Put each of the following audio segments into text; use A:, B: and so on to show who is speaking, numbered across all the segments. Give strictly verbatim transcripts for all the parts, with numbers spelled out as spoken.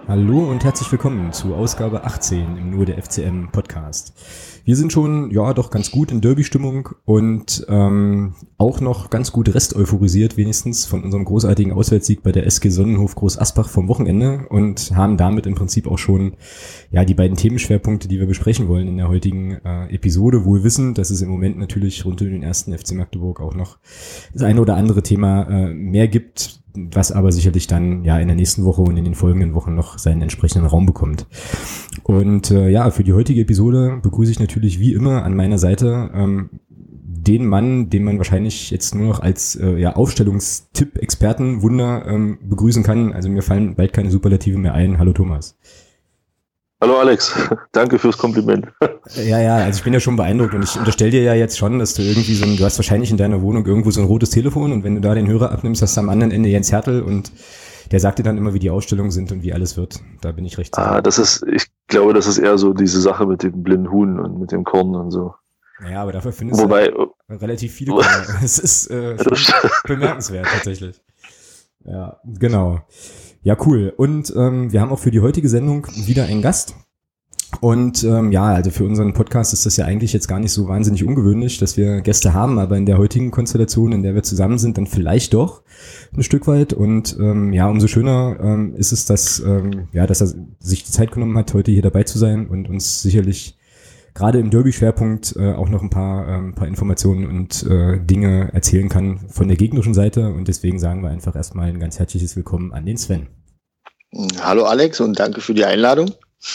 A: Hallo und herzlich willkommen zu Ausgabe achtzehn im Nur der F C M Podcast. Wir sind schon, ja, doch ganz gut in Derby-Stimmung und ähm, auch noch ganz gut resteuphorisiert, wenigstens von unserem großartigen Auswärtssieg bei der S G Sonnenhof Groß Asbach vom Wochenende und haben damit im Prinzip auch schon ja die beiden Themenschwerpunkte, die wir besprechen wollen in der heutigen äh, Episode, wohl wissen, dass es im Moment natürlich rund um den ersten F C Magdeburg auch noch das eine oder andere Thema äh, mehr gibt, was aber sicherlich dann ja in der nächsten Woche und in den folgenden Wochen noch seinen entsprechenden Raum bekommt. Und äh, ja, für die heutige Episode begrüße ich natürlich wie immer an meiner Seite ähm, den Mann, den man wahrscheinlich jetzt nur noch als äh, ja, Aufstellungstipp-Experten-Wunder ähm, begrüßen kann. Also mir fallen bald keine Superlative mehr ein. Hallo Thomas.
B: Hallo Alex, danke fürs Kompliment.
A: Ja, ja, also ich bin ja schon beeindruckt und ich unterstelle dir ja jetzt schon, dass du irgendwie so ein, du hast wahrscheinlich in deiner Wohnung irgendwo so ein rotes Telefon und wenn du da den Hörer abnimmst, hast du am anderen Ende Jens Hertel und der sagt dir dann immer, wie die Ausstellungen sind und wie alles wird. Da bin ich recht sicher.
B: Ah, das ist, ich glaube, das ist eher so diese Sache mit dem blinden Huhn und mit dem Korn und so.
A: Ja, aber dafür findest
B: Wobei,
A: du relativ viele Korn. Es ist äh, schon bemerkenswert tatsächlich. Ja, genau. Ja, cool. Und ähm, wir haben auch für die heutige Sendung wieder einen Gast. Und ähm, ja, also für unseren Podcast ist das ja eigentlich jetzt gar nicht so wahnsinnig ungewöhnlich, dass wir Gäste haben, aber in der heutigen Konstellation, in der wir zusammen sind, dann vielleicht doch ein Stück weit. Und ähm, ja, umso schöner ähm, ist es, dass ähm, ja, dass er sich die Zeit genommen hat, heute hier dabei zu sein und uns sicherlich gerade im Derby-Schwerpunkt äh, auch noch ein paar, ähm, paar Informationen und äh, Dinge erzählen kann von der gegnerischen Seite. Und deswegen sagen wir einfach erstmal ein ganz herzliches Willkommen an den Sven.
C: Hallo Alex und danke für die Einladung.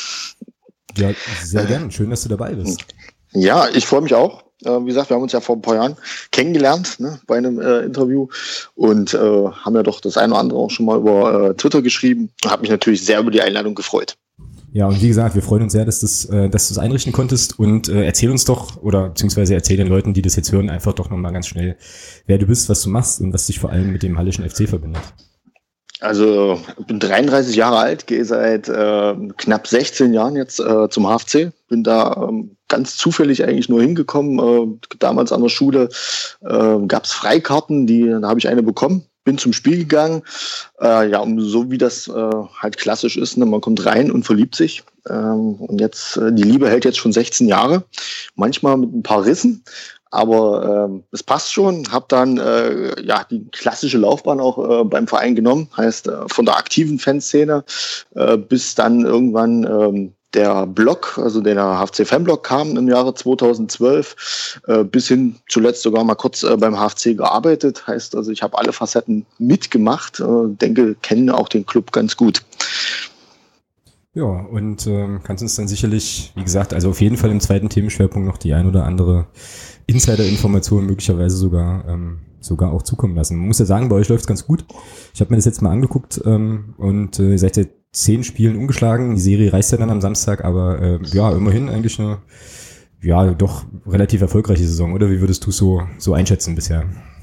A: Ja, sehr gerne. Schön, dass du dabei bist.
C: Ja, ich freue mich auch. Äh, wie gesagt, wir haben uns ja vor ein paar Jahren kennengelernt, ne, bei einem äh, Interview und äh, haben ja doch das eine oder andere auch schon mal über äh, Twitter geschrieben. Habe mich natürlich sehr über die Einladung gefreut.
A: Ja, und wie gesagt, wir freuen uns sehr, dass, das, äh, dass du es einrichten konntest und äh, erzähl uns doch, oder beziehungsweise erzähl den Leuten, die das jetzt hören, einfach doch nochmal ganz schnell, wer du bist, was du machst und was dich vor allem mit dem Hallischen F C verbindet.
C: Also ich bin dreiunddreißig Jahre alt, gehe seit äh, knapp sechzehn Jahren jetzt äh, zum H F C. Bin da ähm, ganz zufällig eigentlich nur hingekommen. Äh, damals an der Schule äh, gab es Freikarten, die, da habe ich eine bekommen. Bin zum Spiel gegangen. Äh, ja, um, so wie das äh, halt klassisch ist, ne? Man kommt rein und verliebt sich. Ähm, und jetzt, äh, die Liebe hält jetzt schon sechzehn Jahre. Manchmal mit ein paar Rissen. Aber ähm, es passt schon, habe dann äh, ja die klassische Laufbahn auch äh, beim Verein genommen, heißt äh, von der aktiven Fanszene äh, bis dann irgendwann ähm, der Blog, also der H F C-Fanblog kam im Jahre zweitausendzwölf, äh, bis hin zuletzt sogar mal kurz äh, beim H F C gearbeitet, heißt also ich habe alle Facetten mitgemacht, äh, denke, kenne auch den Club ganz gut.
A: Ja, und ähm, kannst uns dann sicherlich, wie gesagt, also auf jeden Fall im zweiten Themenschwerpunkt noch die ein oder andere Insider-Information möglicherweise sogar ähm, sogar auch zukommen lassen. Man muss ja sagen, bei euch läuft's ganz gut. Ich habe mir das jetzt mal angeguckt ähm, und äh, ihr seid seit zehn Spielen ungeschlagen. Die Serie reißt ja dann am Samstag, aber äh, ja, immerhin eigentlich eine ja doch relativ erfolgreiche Saison, oder? Wie würdest du so so einschätzen bisher?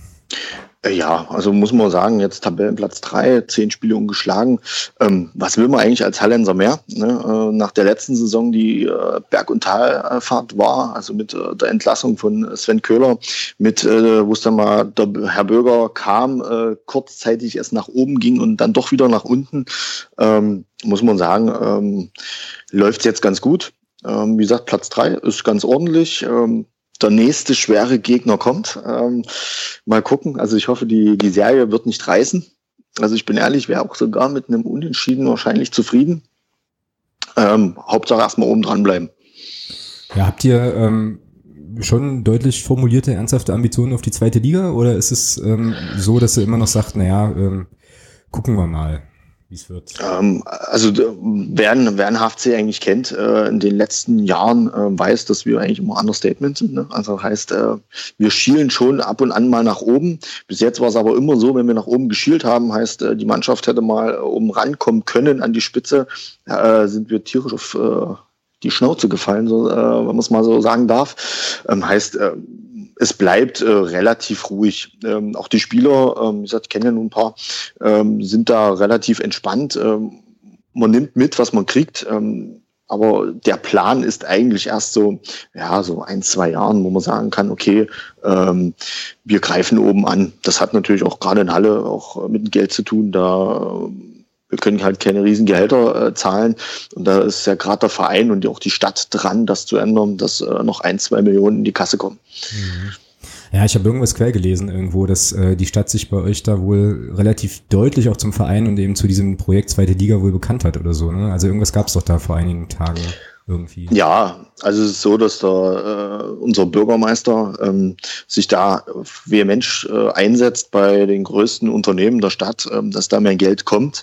C: Ja, also muss man sagen, jetzt Tabellenplatz drei, zehn Spiele ungeschlagen. Ähm, was will man eigentlich als Hallenser mehr? Ne? Äh, nach der letzten Saison, die äh, Berg- und Talfahrt war, also mit äh, der Entlassung von Sven Köhler, mit, äh, wo es dann mal der Herr Böger kam, äh, kurzzeitig erst nach oben ging und dann doch wieder nach unten, ähm, muss man sagen, ähm, läuft es jetzt ganz gut. Ähm, wie gesagt, Platz drei ist ganz ordentlich. Ähm, Der nächste schwere Gegner kommt. Ähm, mal gucken. Also ich hoffe, die, die Serie wird nicht reißen. Also ich bin ehrlich, wäre auch sogar mit einem Unentschieden wahrscheinlich zufrieden. Ähm, Hauptsache erstmal oben dran bleiben.
A: Ja, habt ihr ähm, schon deutlich formulierte, ernsthafte Ambitionen auf die zweite Liga? Oder ist es ähm, so, dass ihr immer noch sagt, naja, ähm, gucken wir mal, wie es wird?
C: Ähm, also wer, wer einen H F C eigentlich kennt, äh, in den letzten Jahren äh, weiß, dass wir eigentlich immer Understatement sind. Ne? Also heißt, äh, wir schielen schon ab und an mal nach oben. Bis jetzt war es aber immer so, wenn wir nach oben geschielt haben, heißt, äh, die Mannschaft hätte mal oben rankommen können an die Spitze, äh, sind wir tierisch auf äh, die Schnauze gefallen, so, äh, wenn man es mal so sagen darf. Ähm, heißt, äh, es bleibt äh, relativ ruhig. Ähm, auch die Spieler, ähm, wie gesagt, ich kenne ja nun ein paar, ähm, sind da relativ entspannt. Ähm, man nimmt mit, was man kriegt. Ähm, aber der Plan ist eigentlich erst so, ja, so ein, zwei Jahren, wo man sagen kann, okay, ähm, wir greifen oben an. Das hat natürlich auch gerade in Halle auch mit dem Geld zu tun. Da wir können halt keine riesen Gehälter äh, zahlen. Und da ist ja gerade der Verein und auch die Stadt dran, das zu ändern, dass äh, noch ein, zwei Millionen in die Kasse kommen.
A: Mhm. Ja, ich habe irgendwas quer gelesen irgendwo, dass äh, die Stadt sich bei euch da wohl relativ deutlich auch zum Verein und eben zu diesem Projekt Zweite Liga wohl bekannt hat oder so, ne? Also irgendwas gab es doch da vor einigen Tagen irgendwie.
C: Ja, also es ist so, dass der, äh, unser Bürgermeister ähm, sich da vehement äh, einsetzt bei den größten Unternehmen der Stadt, ähm, dass da mehr Geld kommt.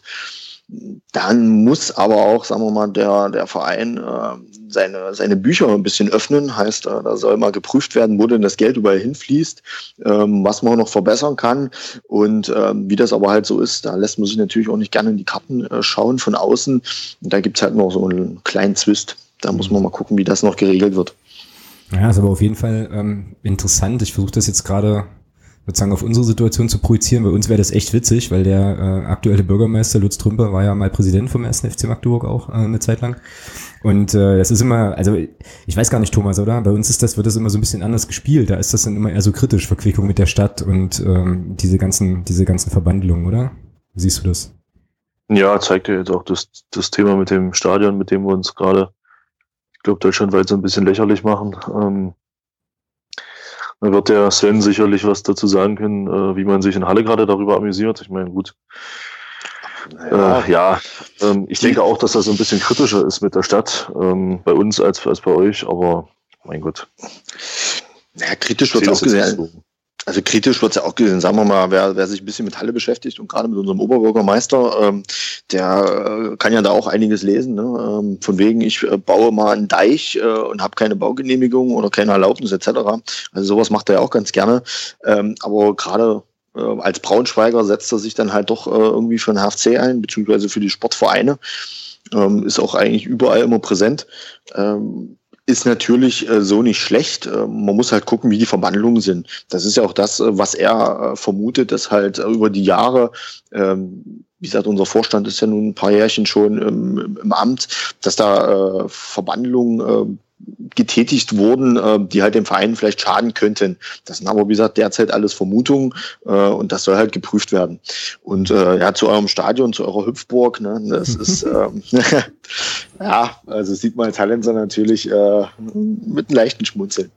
C: Dann muss aber auch, sagen wir mal, der, der Verein äh, seine, seine Bücher ein bisschen öffnen. Heißt, äh, da soll mal geprüft werden, wo denn das Geld überall hinfließt, ähm, was man noch verbessern kann. Und ähm, wie das aber halt so ist, da lässt man sich natürlich auch nicht gerne in die Karten äh, schauen von außen. Und da gibt's halt noch so einen kleinen Zwist. Da muss man mal gucken, wie das noch geregelt wird.
A: Ja, ist aber auf jeden Fall ähm, interessant. Ich versuche das jetzt gerade sozusagen auf unsere Situation zu projizieren. Bei uns wäre das echt witzig, weil der äh, aktuelle Bürgermeister Lutz Trümper war ja mal Präsident vom ersten F C Magdeburg auch äh, eine Zeit lang. Und äh, das ist immer, also ich weiß gar nicht, Thomas, oder? Bei uns ist das, wird das immer so ein bisschen anders gespielt. Da ist das dann immer eher so kritisch, Verquickung mit der Stadt und ähm, diese ganzen, diese ganzen Verbandlungen, oder? Wie siehst du das?
B: Ja, zeigt ja jetzt auch das, das Thema mit dem Stadion, mit dem wir uns gerade, ich glaube, deutschlandweit so ein bisschen lächerlich machen. Ähm, Da wird der Sven sicherlich was dazu sagen können, äh, wie man sich in Halle gerade darüber amüsiert. Ich meine, gut. Ja, äh, ja ähm, ich denke auch, dass das ein bisschen kritischer ist mit der Stadt, ähm, bei uns als, als bei euch, aber mein Gott.
C: Naja, kritisch wird es auch gesehen. So. Also kritisch wird es ja auch gesehen, sagen wir mal, wer, wer sich ein bisschen mit Halle beschäftigt und gerade mit unserem Oberbürgermeister, ähm, der äh, kann ja da auch einiges lesen. Ne? Ähm, von wegen, ich äh, baue mal einen Deich äh, und habe keine Baugenehmigung oder keine Erlaubnis et cetera. Also sowas macht er ja auch ganz gerne. Ähm, aber gerade äh, als Braunschweiger setzt er sich dann halt doch äh, irgendwie für den H F C ein, beziehungsweise für die Sportvereine. Ähm, ist auch eigentlich überall immer präsent. Ähm, Ist natürlich äh, so nicht schlecht. Äh, man muss halt gucken, wie die Verbandlungen sind. Das ist ja auch das, äh, was er äh, vermutet, dass halt äh, über die Jahre, ähm, wie gesagt, unser Vorstand ist ja nun ein paar Jährchen schon ähm, im Amt, dass da äh, Verbandlungen äh, getätigt wurden, äh, die halt dem Verein vielleicht schaden könnten. Das sind aber, wie gesagt, derzeit alles Vermutungen äh, und das soll halt geprüft werden. Und äh, ja, zu eurem Stadion, zu eurer Hüpfburg, ne, das ist ähm, ja, also sieht man als Hallenser natürlich äh, mit einem leichten Schmunzeln.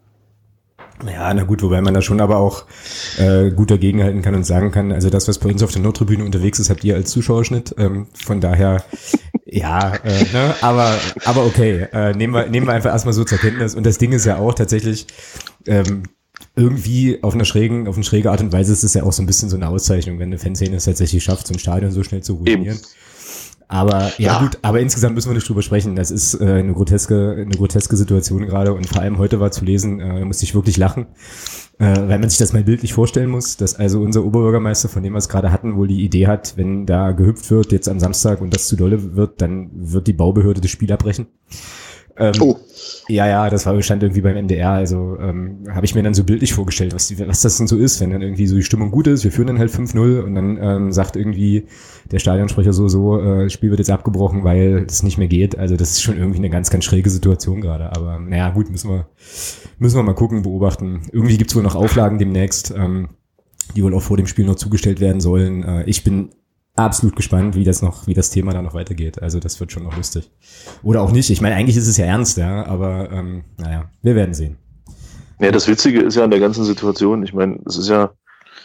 A: Ja, na gut, wobei man da schon aber auch äh, gut dagegenhalten kann und sagen kann, also das, was bei uns auf der Nordtribüne unterwegs ist, habt ihr als Zuschauerschnitt. Ähm, von daher, ja, äh, ne, aber aber okay, äh, nehmen wir nehmen wir einfach erstmal so zur Kenntnis. Und das Ding ist ja auch tatsächlich ähm, irgendwie auf einer schrägen, auf eine schräge Art und Weise ist es ja auch so ein bisschen so eine Auszeichnung, wenn eine Fanszene es tatsächlich schafft, so ein Stadion so schnell zu ruinieren. Eben. Aber ja, ja gut, aber insgesamt müssen wir nicht drüber sprechen. Das ist äh, eine groteske, eine groteske Situation gerade und vor allem heute war zu lesen, äh, musste ich wirklich lachen, äh, weil man sich das mal bildlich vorstellen muss, dass also unser Oberbürgermeister, von dem wir es gerade hatten, wohl die Idee hat, wenn da gehüpft wird jetzt am Samstag und das zu dolle wird, dann wird die Baubehörde das Spiel abbrechen. Ähm, oh. Ja, ja, das war stand irgendwie beim M D R, also ähm, habe ich mir dann so bildlich vorgestellt, was, die, was das denn so ist, wenn dann irgendwie so die Stimmung gut ist, wir führen dann halt fünf null und dann ähm, sagt irgendwie der Stadionsprecher so, so, äh, das Spiel wird jetzt abgebrochen, weil es nicht mehr geht, also das ist schon irgendwie eine ganz, ganz schräge Situation gerade, aber naja, gut, müssen wir müssen wir mal gucken, beobachten. Irgendwie gibt's wohl noch Auflagen demnächst, ähm, die wohl auch vor dem Spiel noch zugestellt werden sollen. Äh, ich bin absolut gespannt, wie das noch, wie das Thema da noch weitergeht. Also das wird schon noch lustig. Oder auch nicht. Ich meine, eigentlich ist es ja ernst, ja, aber ähm, naja, wir werden sehen.
B: Ja, das Witzige ist ja an der ganzen Situation, ich meine, es ist ja,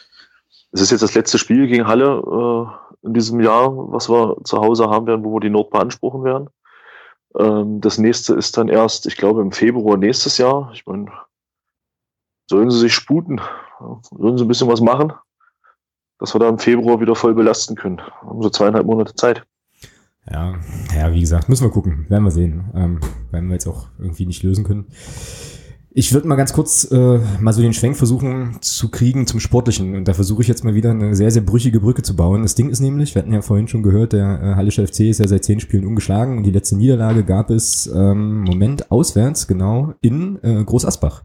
B: es ist jetzt das letzte Spiel gegen Halle äh, in diesem Jahr, was wir zu Hause haben werden, wo wir die Nord beanspruchen werden. Ähm, das nächste ist dann erst, ich glaube, im Februar nächstes Jahr. Ich meine, sollen sie sich sputen, sollen sie ein bisschen was machen, dass wir da im Februar wieder voll belasten können. Haben so zweieinhalb Monate Zeit.
A: Ja, ja, wie gesagt, müssen wir gucken. Werden wir sehen. Ähm, werden wir jetzt auch irgendwie nicht lösen können. Ich würde mal ganz kurz äh, mal so den Schwenk versuchen zu kriegen zum Sportlichen. Und da versuche ich jetzt mal wieder eine sehr, sehr brüchige Brücke zu bauen. Das Ding ist nämlich, wir hatten ja vorhin schon gehört, der äh, Hallische F C ist ja seit zehn Spielen ungeschlagen. Und die letzte Niederlage gab es, ähm, Moment, auswärts, genau, in äh, Groß Asbach.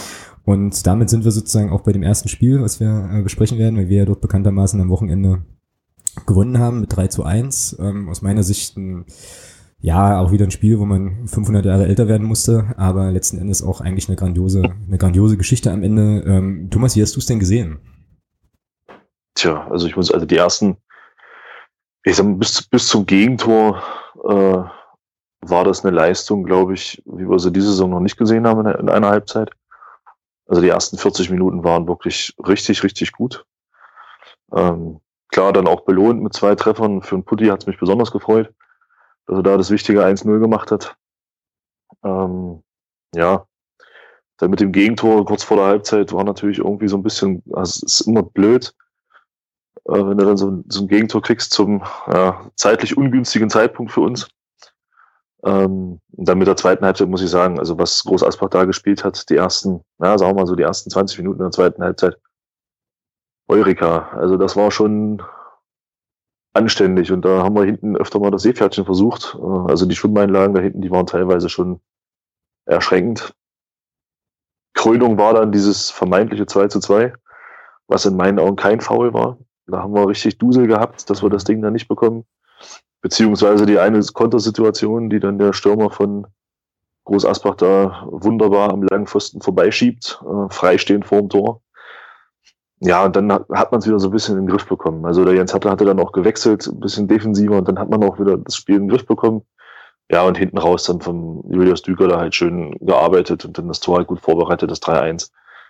A: Und damit sind wir sozusagen auch bei dem ersten Spiel, was wir äh, besprechen werden, weil wir ja dort bekanntermaßen am Wochenende gewonnen haben mit drei zu eins. Ähm, aus meiner Sicht ein, ja, auch wieder ein Spiel, wo man fünfhundert Jahre älter werden musste, aber letzten Endes auch eigentlich eine grandiose, eine grandiose Geschichte am Ende. Ähm, Thomas, wie hast du es denn gesehen?
B: Tja, also ich muss, also die ersten, Ich sag mal, bis, bis zum Gegentor äh, war das eine Leistung, glaube ich, wie wir sie diese Saison noch nicht gesehen haben in, in einer Halbzeit. Also die ersten vierzig Minuten waren wirklich richtig, richtig gut. Ähm, klar, dann auch belohnt mit zwei Treffern. Für einen Putti hat es mich besonders gefreut, dass er da das wichtige eins null gemacht hat. Ähm, ja, dann mit dem Gegentor kurz vor der Halbzeit war natürlich irgendwie so ein bisschen, also es ist immer blöd, äh, wenn du dann so, so ein Gegentor kriegst zum ja, zeitlich ungünstigen Zeitpunkt für uns. Ähm, und dann mit der zweiten Halbzeit muss ich sagen, also was Groß Asbach da gespielt hat, die ersten, ja, sagen wir mal so die ersten zwanzig Minuten in der zweiten Halbzeit, Eureka. Also das war schon anständig und da haben wir hinten öfter mal das Seepferdchen versucht. Also die Schwimmeinlagen da hinten, die waren teilweise schon erschreckend. Krönung war dann dieses vermeintliche zwei zu zwei, was in meinen Augen kein Foul war. Da haben wir richtig Dusel gehabt, dass wir das Ding dann nicht bekommen. Beziehungsweise die eine Kontersituation, die dann der Stürmer von Groß Asbach da wunderbar am langen Pfosten vorbeischiebt, äh, freistehend vorm Tor. Ja, und dann hat, hat man es wieder so ein bisschen in den Griff bekommen. Also der Jens Hattler hatte dann auch gewechselt, ein bisschen defensiver und dann hat man auch wieder das Spiel in den Griff bekommen. Ja, und hinten raus dann vom Julius Düker da halt schön gearbeitet und dann das Tor halt gut vorbereitet, das drei eins.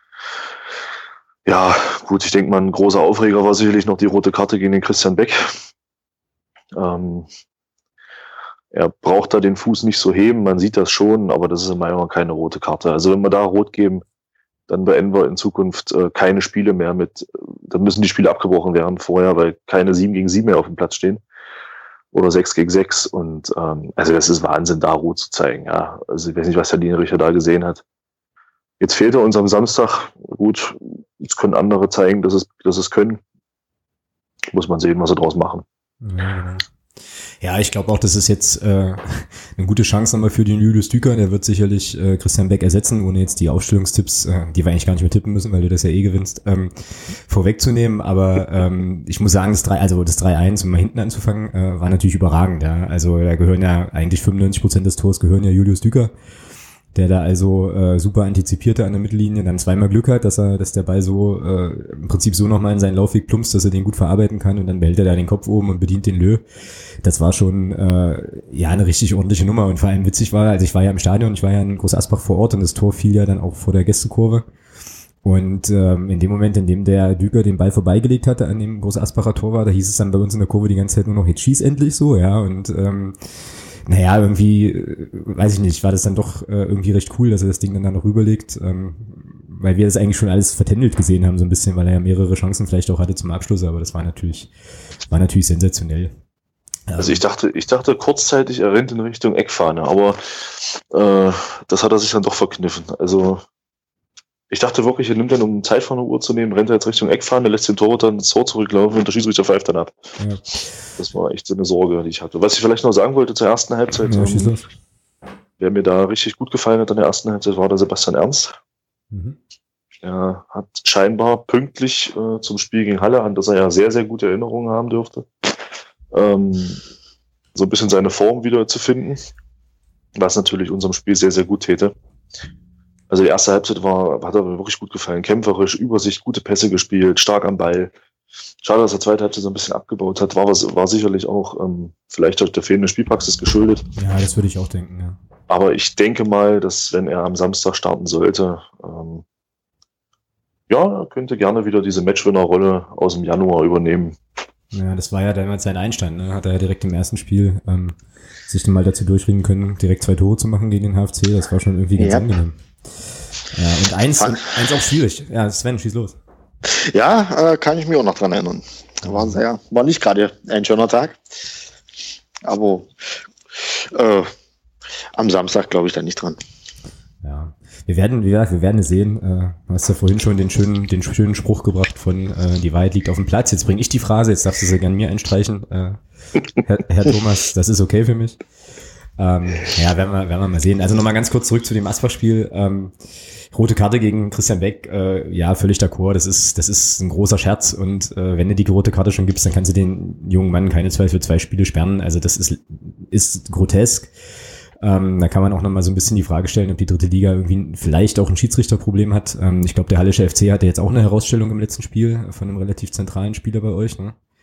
B: Ja, gut, ich denke mal, ein großer Aufreger war sicherlich noch die rote Karte gegen den Christian Beck. Ähm, er braucht da den Fuß nicht so heben, man sieht das schon, aber das ist in meiner Meinung keine rote Karte. Also wenn wir da rot geben, dann beenden wir in Zukunft äh, keine Spiele mehr mit, äh, dann müssen die Spiele abgebrochen werden vorher, weil keine sieben gegen sieben mehr auf dem Platz stehen. Oder sechs gegen sechs und ähm, also das ist Wahnsinn, da rot zu zeigen. Ja, also ich weiß nicht, was der Linienrichter da gesehen hat. Jetzt fehlt er uns am Samstag. Gut, jetzt können andere zeigen, dass es, dass es können. Muss man sehen, was sie draus machen.
A: Ja, genau. Ja, ich glaube auch, das ist jetzt äh, eine gute Chance nochmal für den Julius Düker. Der wird sicherlich äh, Christian Beck ersetzen, ohne jetzt die Aufstellungstipps, äh, die wir eigentlich gar nicht mehr tippen müssen, weil du das ja eh gewinnst, ähm, vorwegzunehmen. Aber ähm, ich muss sagen, das drei, also das drei eins, um mal hinten anzufangen, äh, war natürlich überragend. Ja. Also da gehören ja eigentlich fünfundneunzig Prozent des Tors gehören ja Julius Düker, der da also äh, super antizipierte an der Mittellinie, dann zweimal Glück hat, dass er, dass der Ball so äh, im Prinzip so nochmal in seinen Laufweg plumpst, dass er den gut verarbeiten kann und dann behält er da den Kopf oben und bedient den Lö. Das war schon äh, ja eine richtig ordentliche Nummer und vor allem witzig war, also ich war ja im Stadion, ich war ja in Groß Asbach vor Ort und das Tor fiel ja dann auch vor der Gästekurve und ähm, in dem Moment, in dem der Düker den Ball vorbeigelegt hatte an dem Groß Asbacher Tor war, da hieß es dann bei uns in der Kurve die ganze Zeit nur noch, jetzt schieß endlich so, ja, und ähm, naja, irgendwie, weiß ich nicht, war das dann doch äh, irgendwie recht cool, dass er das Ding dann da noch rüberlegt, ähm, weil wir das eigentlich schon alles vertändelt gesehen haben, so ein bisschen, weil er ja mehrere Chancen vielleicht auch hatte zum Abschluss, aber das war natürlich, war natürlich sensationell.
B: Also ich dachte, ich dachte kurzzeitig, er rennt in Richtung Eckfahne, aber äh, das hat er sich dann doch verkniffen. Also ich dachte wirklich, er nimmt dann, um Zeit von der Uhr zu nehmen, rennt er jetzt Richtung Eckfahne, lässt den Torwart dann ins Tor zurücklaufen und der Schiedsrichter pfeift dann ab. Ja. Das war echt so eine Sorge, die ich hatte. Was ich vielleicht noch sagen wollte zur ersten Halbzeit, ja, ähm, wer mir da richtig gut gefallen hat in der ersten Halbzeit, war der Sebastian Ernst. Mhm. Er hat scheinbar pünktlich äh, zum Spiel gegen Halle, an das er ja sehr, sehr gute Erinnerungen haben dürfte, ähm, so ein bisschen seine Form wieder zu finden, was natürlich unserem Spiel sehr, sehr gut täte. Also die erste Halbzeit war, hat er mir wirklich gut gefallen. Kämpferisch, Übersicht, gute Pässe gespielt, stark am Ball. Schade, dass er zweite Halbzeit so ein bisschen abgebaut hat. War, was, war sicherlich auch ähm, vielleicht durch der fehlende Spielpraxis geschuldet.
A: Ja, das würde ich auch denken, ja.
B: Aber ich denke mal, dass wenn er am Samstag starten sollte, ähm, ja, er könnte gerne wieder diese Matchwinner-Rolle aus dem Januar übernehmen.
A: Ja, das war ja damals sein Einstand, ne? Hat er ja direkt im ersten Spiel ähm, sich dann mal dazu durchringen können, direkt zwei Tore zu machen gegen den H F C. Das war schon irgendwie ganz ja. angenehm. Ja, und eins, und eins auch schwierig. Ja, Sven, schieß los.
C: Ja, äh, kann ich mich auch noch dran erinnern. War, sehr, war nicht gerade ein schöner Tag. Aber äh, am Samstag glaube ich da nicht dran.
A: Ja, wir werden, wie gesagt, wir werden es sehen. Äh, du hast ja vorhin schon den schönen, den schönen Spruch gebracht von äh, die Wahrheit liegt auf dem Platz. Jetzt bringe ich die Phrase, jetzt darfst du sie gerne mir einstreichen. Äh, Herr, Herr Thomas, das ist okay für mich. Ähm, ja, werden wir, werden wir mal sehen. Also nochmal ganz kurz zurück zu dem Asbach-Spiel. Ähm, rote Karte gegen Christian Beck, äh, ja, völlig d'accord. Das ist, das ist ein großer Scherz und äh, wenn du die rote Karte schon gibst, dann kannst du den jungen Mann keine zwei für zwei Spiele sperren. Also das ist, ist grotesk. Ähm, da kann man auch nochmal so ein bisschen die Frage stellen, ob die dritte Liga irgendwie vielleicht auch ein Schiedsrichterproblem hat. Ähm, ich glaube, der Hallische F C hatte jetzt auch eine Herausstellung im letzten Spiel von einem relativ zentralen Spieler bei euch, ne?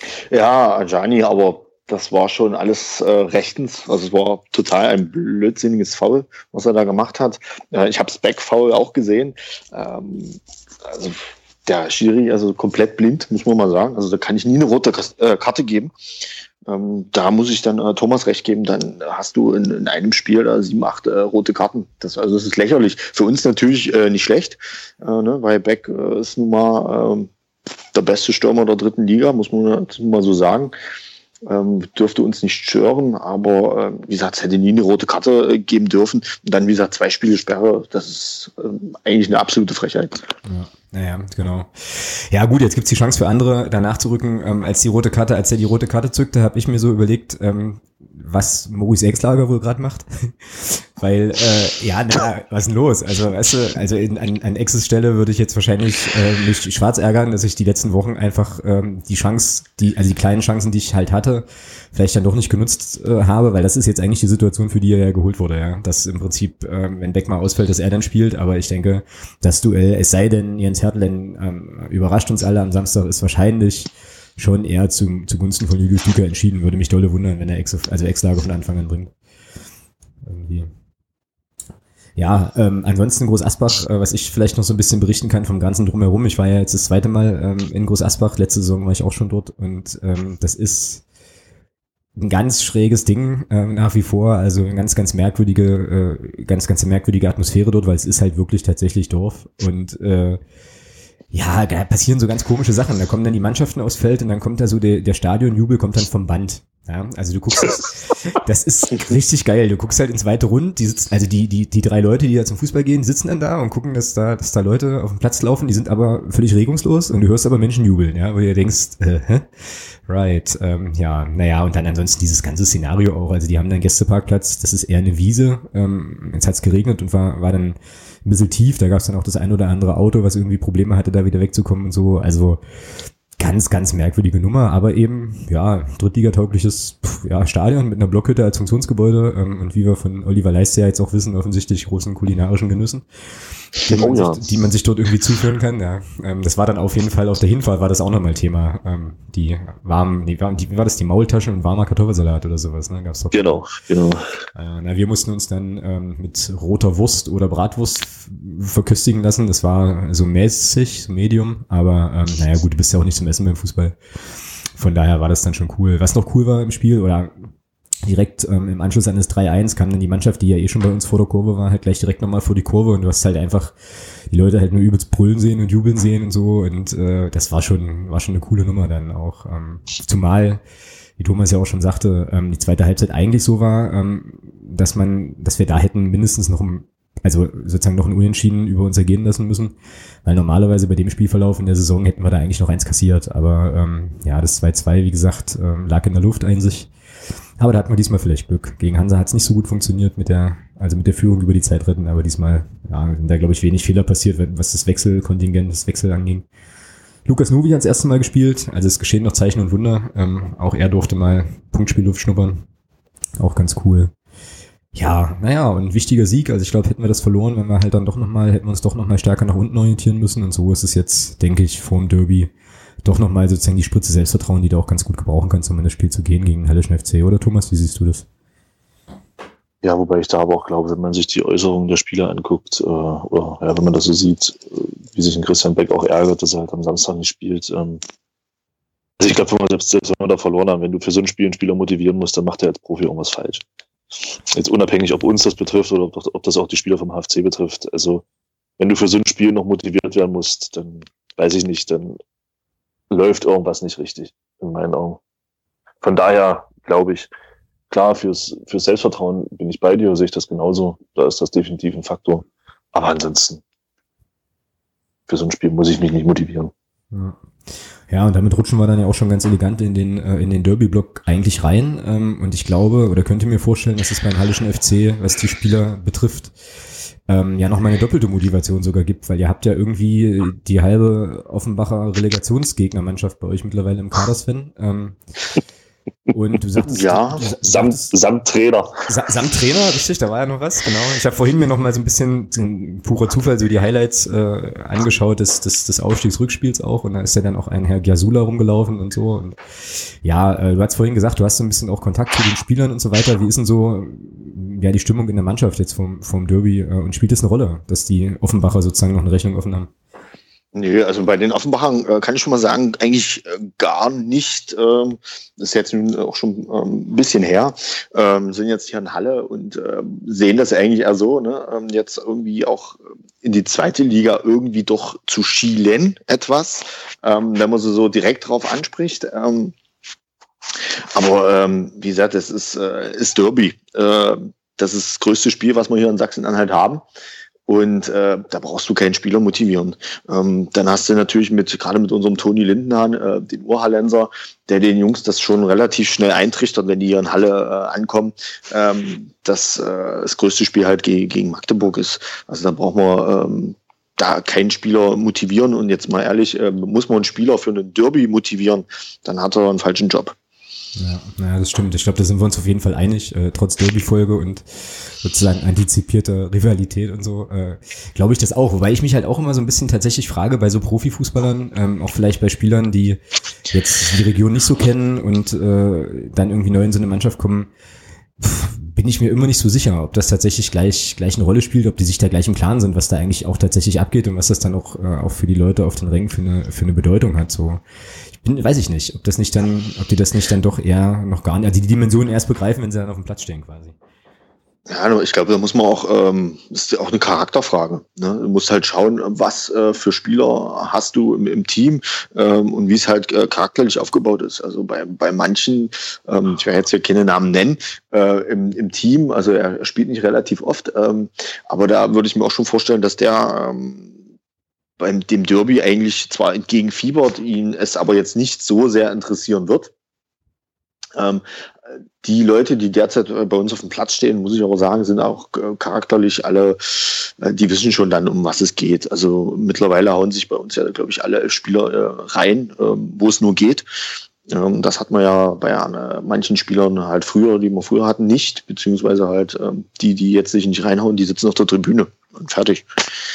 C: Ja, Ajani, aber das war schon alles äh, rechtens. Also es war total ein blödsinniges Foul, was er da gemacht hat. Äh, ich habe das Back-Foul auch gesehen. Ähm, also der Schiri, also komplett blind, muss man mal sagen. Also da kann ich nie eine rote äh, Karte geben. Ähm, da muss ich dann äh, Thomas recht geben, dann hast du in, in einem Spiel äh, sieben, acht äh, rote Karten. Das, also das ist lächerlich. Für uns natürlich äh, nicht schlecht, äh, ne? Weil Beck äh, ist nun mal äh, der beste Stürmer der dritten Liga, muss man nun mal so sagen. Ähm, dürfte uns nicht stören, aber äh, wie gesagt, es hätte nie eine rote Karte äh, geben dürfen. Und dann, wie gesagt, zwei Spiele Sperre, das ist äh, eigentlich eine absolute Frechheit.
A: Ja. Naja, genau. Ja gut, jetzt gibt's die Chance für andere, danach zu rücken. Ähm, als die rote Karte, als er die rote Karte zückte, habe ich mir so überlegt, ähm, was Maurice Exlager wohl gerade macht. Weil, äh, ja, na, was ist denn los? Also, weißt du, also in, an, an Exes Stelle würde ich jetzt wahrscheinlich äh, mich schwarz ärgern, dass ich die letzten Wochen einfach ähm, die Chance, die, also die kleinen Chancen, die ich halt hatte, vielleicht dann doch nicht genutzt äh, habe, weil das ist jetzt eigentlich die Situation, für die er ja geholt wurde, ja. Dass im Prinzip, äh, wenn Beck mal ausfällt, dass er dann spielt, aber ich denke, das Duell, es sei denn, Jens Hertlein ähm, überrascht uns alle am Samstag, ist wahrscheinlich schon eher zu, zugunsten von Julius Düker entschieden. Würde mich dolle wundern, wenn er Ex, also Ex-Lager von Anfang an bringt. Irgendwie. Ja, ähm, ansonsten Groß Asbach, äh, was ich vielleicht noch so ein bisschen berichten kann vom Ganzen drumherum. Ich war ja jetzt das zweite Mal ähm, in Groß Asbach, letzte Saison war ich auch schon dort und ähm, das ist ein ganz schräges Ding äh, nach wie vor, also eine ganz, ganz merkwürdige, äh, ganz, ganz merkwürdige Atmosphäre dort, weil es ist halt wirklich tatsächlich Dorf und äh, ja, da passieren so ganz komische Sachen. Da kommen dann die Mannschaften aufs Feld und dann kommt da so der, der Stadionjubel kommt dann vom Band. Ja, also du guckst, das ist richtig geil. Du guckst halt ins weite Rund, die sitzen, also die, die, die drei Leute, die da zum Fußball gehen, sitzen dann da und gucken, dass da, dass da Leute auf dem Platz laufen, die sind aber völlig regungslos und du hörst aber Menschen jubeln, ja, wo du denkst, äh, hä? Right, ähm, ja, naja, und dann ansonsten dieses ganze Szenario auch, also die haben dann Gästeparkplatz, das ist eher eine Wiese, ähm, jetzt hat's geregnet und war, war dann ein bisschen tief, da gab's dann auch das ein oder andere Auto, was irgendwie Probleme hatte, da wieder wegzukommen und so, also ganz, ganz merkwürdige Nummer, aber eben, ja, drittligataugliches ja, Stadion mit einer Blockhütte als Funktionsgebäude ähm, und wie wir von Oliver Leist ja jetzt auch wissen, offensichtlich großen kulinarischen Genüssen, die man, oh, ja. sich, die man sich dort irgendwie zuführen kann. Ja, ähm, das war dann auf jeden Fall auf der Hinfahrt war das auch nochmal Thema. Ähm, die warmen, die, die, wie war das, die Maultaschen und warmer Kartoffelsalat oder sowas, ne? Gab's doch.
B: Genau, genau.
A: Äh, na, wir mussten uns dann ähm, mit roter Wurst oder Bratwurst verköstigen lassen. Das war so mäßig, so Medium, aber ähm, naja gut, du bist ja auch nicht zum Essen beim Fußball. Von daher war das dann schon cool. Was noch cool war im Spiel oder direkt ähm, im Anschluss an das drei eins kam dann die Mannschaft, die ja eh schon bei uns vor der Kurve war, halt gleich direkt nochmal vor die Kurve und du hast halt einfach die Leute halt nur übelst brüllen sehen und jubeln sehen und so und äh, das war schon war schon eine coole Nummer dann auch. Ähm, zumal, wie Thomas ja auch schon sagte, ähm, die zweite Halbzeit eigentlich so war, ähm, dass man, dass wir da hätten mindestens noch ein also sozusagen noch ein Unentschieden über uns ergehen lassen müssen, weil normalerweise bei dem Spielverlauf in der Saison hätten wir da eigentlich noch eins kassiert, aber ähm, ja, das zwei zwei, wie gesagt, ähm, lag in der Luft einzig, aber da hatten wir diesmal vielleicht Glück. Gegen Hansa hat es nicht so gut funktioniert mit der, also mit der Führung über die Zeit retten, aber diesmal, ja, sind da glaube ich wenig Fehler passiert, was das Wechselkontingent, das Wechsel anging. Lukas Nubi hat das erste Mal gespielt, also es geschehen noch Zeichen und Wunder, ähm, auch er durfte mal Punktspielluft schnuppern, auch ganz cool. Ja, naja, und ein wichtiger Sieg, also ich glaube, hätten wir das verloren, wenn wir halt dann doch nochmal, hätten wir uns doch nochmal stärker nach unten orientieren müssen und so ist es jetzt, denke ich, vor dem Derby doch nochmal sozusagen die Spritze Selbstvertrauen, die du auch ganz gut gebrauchen kannst, um in das Spiel zu gehen gegen den Halleschen F C, oder Thomas, wie siehst du das?
B: Ja, wobei ich da aber auch glaube, wenn man sich die Äußerungen der Spieler anguckt, äh, oder ja, wenn man das so sieht, wie sich ein Christian Beck auch ärgert, dass er halt am Samstag nicht spielt, ähm, also ich glaube, wenn wir selbst, selbst wenn wir da verloren haben, wenn du für so ein Spiel einen Spieler motivieren musst, dann macht er als Profi irgendwas falsch. Jetzt unabhängig, ob uns das betrifft oder ob, ob das auch die Spieler vom H F C betrifft. Also, wenn du für so ein Spiel noch motiviert werden musst, dann weiß ich nicht, dann läuft irgendwas nicht richtig, in meinen Augen. Von daher glaube ich, klar, fürs, fürs Selbstvertrauen bin ich bei dir, sehe ich das genauso. Da ist das definitiv ein Faktor. Aber ansonsten, für so ein Spiel muss ich mich nicht motivieren.
A: Ja. Ja, und damit rutschen wir dann ja auch schon ganz elegant in den äh, in den Derby-Block eigentlich rein. Ähm, und ich glaube, oder könnte mir vorstellen, dass es beim Halleschen F C, was die Spieler betrifft, ähm, ja nochmal eine doppelte Motivation sogar gibt, weil ihr habt ja irgendwie die halbe Offenbacher Relegationsgegnermannschaft bei euch mittlerweile im Kader, Sven. Ähm, Und du sagtest,
C: ja,
A: du, du
B: samt,
A: sagtest,
B: samt Trainer.
A: Sa- samt Trainer, richtig, da war ja noch was, genau. Ich habe vorhin mir noch mal so ein bisschen, purer Zufall, so die Highlights äh, angeschaut des, des, des Aufstiegsrückspiels auch, und da ist ja dann auch ein Herr Gyasula rumgelaufen und so. Und ja, äh, du hast vorhin gesagt, du hast so ein bisschen auch Kontakt zu den Spielern und so weiter. Wie ist denn so ja die Stimmung in der Mannschaft jetzt vom, vom Derby, äh, und spielt es eine Rolle, dass die Offenbacher sozusagen noch eine Rechnung offen haben?
C: Nee, also bei den Offenbachern äh, kann ich schon mal sagen, eigentlich äh, gar nicht. Ähm, das ist jetzt nun auch schon ähm, ein bisschen her. Ähm, sind jetzt hier in Halle und äh, sehen das eigentlich eher so, ne? Ähm, jetzt irgendwie auch in die zweite Liga irgendwie doch zu schielen etwas, ähm, wenn man sie so direkt drauf anspricht. Ähm, aber ähm, wie gesagt, es ist, äh, ist Derby. Äh, das ist das größte Spiel, was wir hier in Sachsen-Anhalt haben. Und äh, da brauchst du keinen Spieler motivieren. Ähm, dann hast du natürlich mit gerade mit unserem Toni Lindenhahn, äh, den Urhallenser, der den Jungs das schon relativ schnell eintrichtert, wenn die hier in Halle äh, ankommen, ähm, dass äh, das größte Spiel halt ge- gegen Magdeburg ist. Also da braucht man ähm, da keinen Spieler motivieren. Und jetzt mal ehrlich, äh, muss man einen Spieler für einen Derby motivieren, dann hat er einen falschen Job.
A: Ja, naja, das stimmt. Ich glaube, da sind wir uns auf jeden Fall einig, äh, trotz Derby-Folge und sozusagen antizipierter Rivalität und so, äh, glaube ich das auch. Wobei ich mich halt auch immer so ein bisschen tatsächlich frage, bei so Profifußballern, ähm, auch vielleicht bei Spielern, die jetzt die Region nicht so kennen und äh, dann irgendwie neu in so eine Mannschaft kommen, pff, bin ich mir immer nicht so sicher, ob das tatsächlich gleich gleich eine Rolle spielt, ob die sich da gleich im Klaren sind, was da eigentlich auch tatsächlich abgeht und was das dann auch äh, auch für die Leute auf den Rängen für eine für eine Bedeutung hat. So, ich bin, weiß ich nicht, ob das nicht dann, ob die das nicht dann doch eher noch gar nicht, also die Dimension erst begreifen, wenn sie dann auf dem Platz stehen quasi.
C: Ja, ich glaube, da muss man auch, ähm, das ist ja auch eine Charakterfrage. Ne? Du musst halt schauen, was äh, für Spieler hast du im, im Team ähm, und wie es halt äh, charakterlich aufgebaut ist. Also bei, bei manchen, ähm, ich werde jetzt hier keine Namen nennen, äh, im, im Team, also er, er spielt nicht relativ oft, ähm, aber da würde ich mir auch schon vorstellen, dass der ähm, beim dem Derby eigentlich zwar entgegenfiebert, ihn es aber jetzt nicht so sehr interessieren wird. Ähm, die Leute, die derzeit bei uns auf dem Platz stehen, muss ich aber sagen, sind auch äh, charakterlich alle, äh, die wissen schon dann, um was es geht. Also mittlerweile hauen sich bei uns ja, glaube ich, alle Spieler äh, rein, äh, wo es nur geht. Ähm, das hat man ja bei äh, manchen Spielern halt früher, die wir früher hatten, nicht. Beziehungsweise halt äh, die, die jetzt sich nicht reinhauen, die sitzen auf der Tribüne und fertig.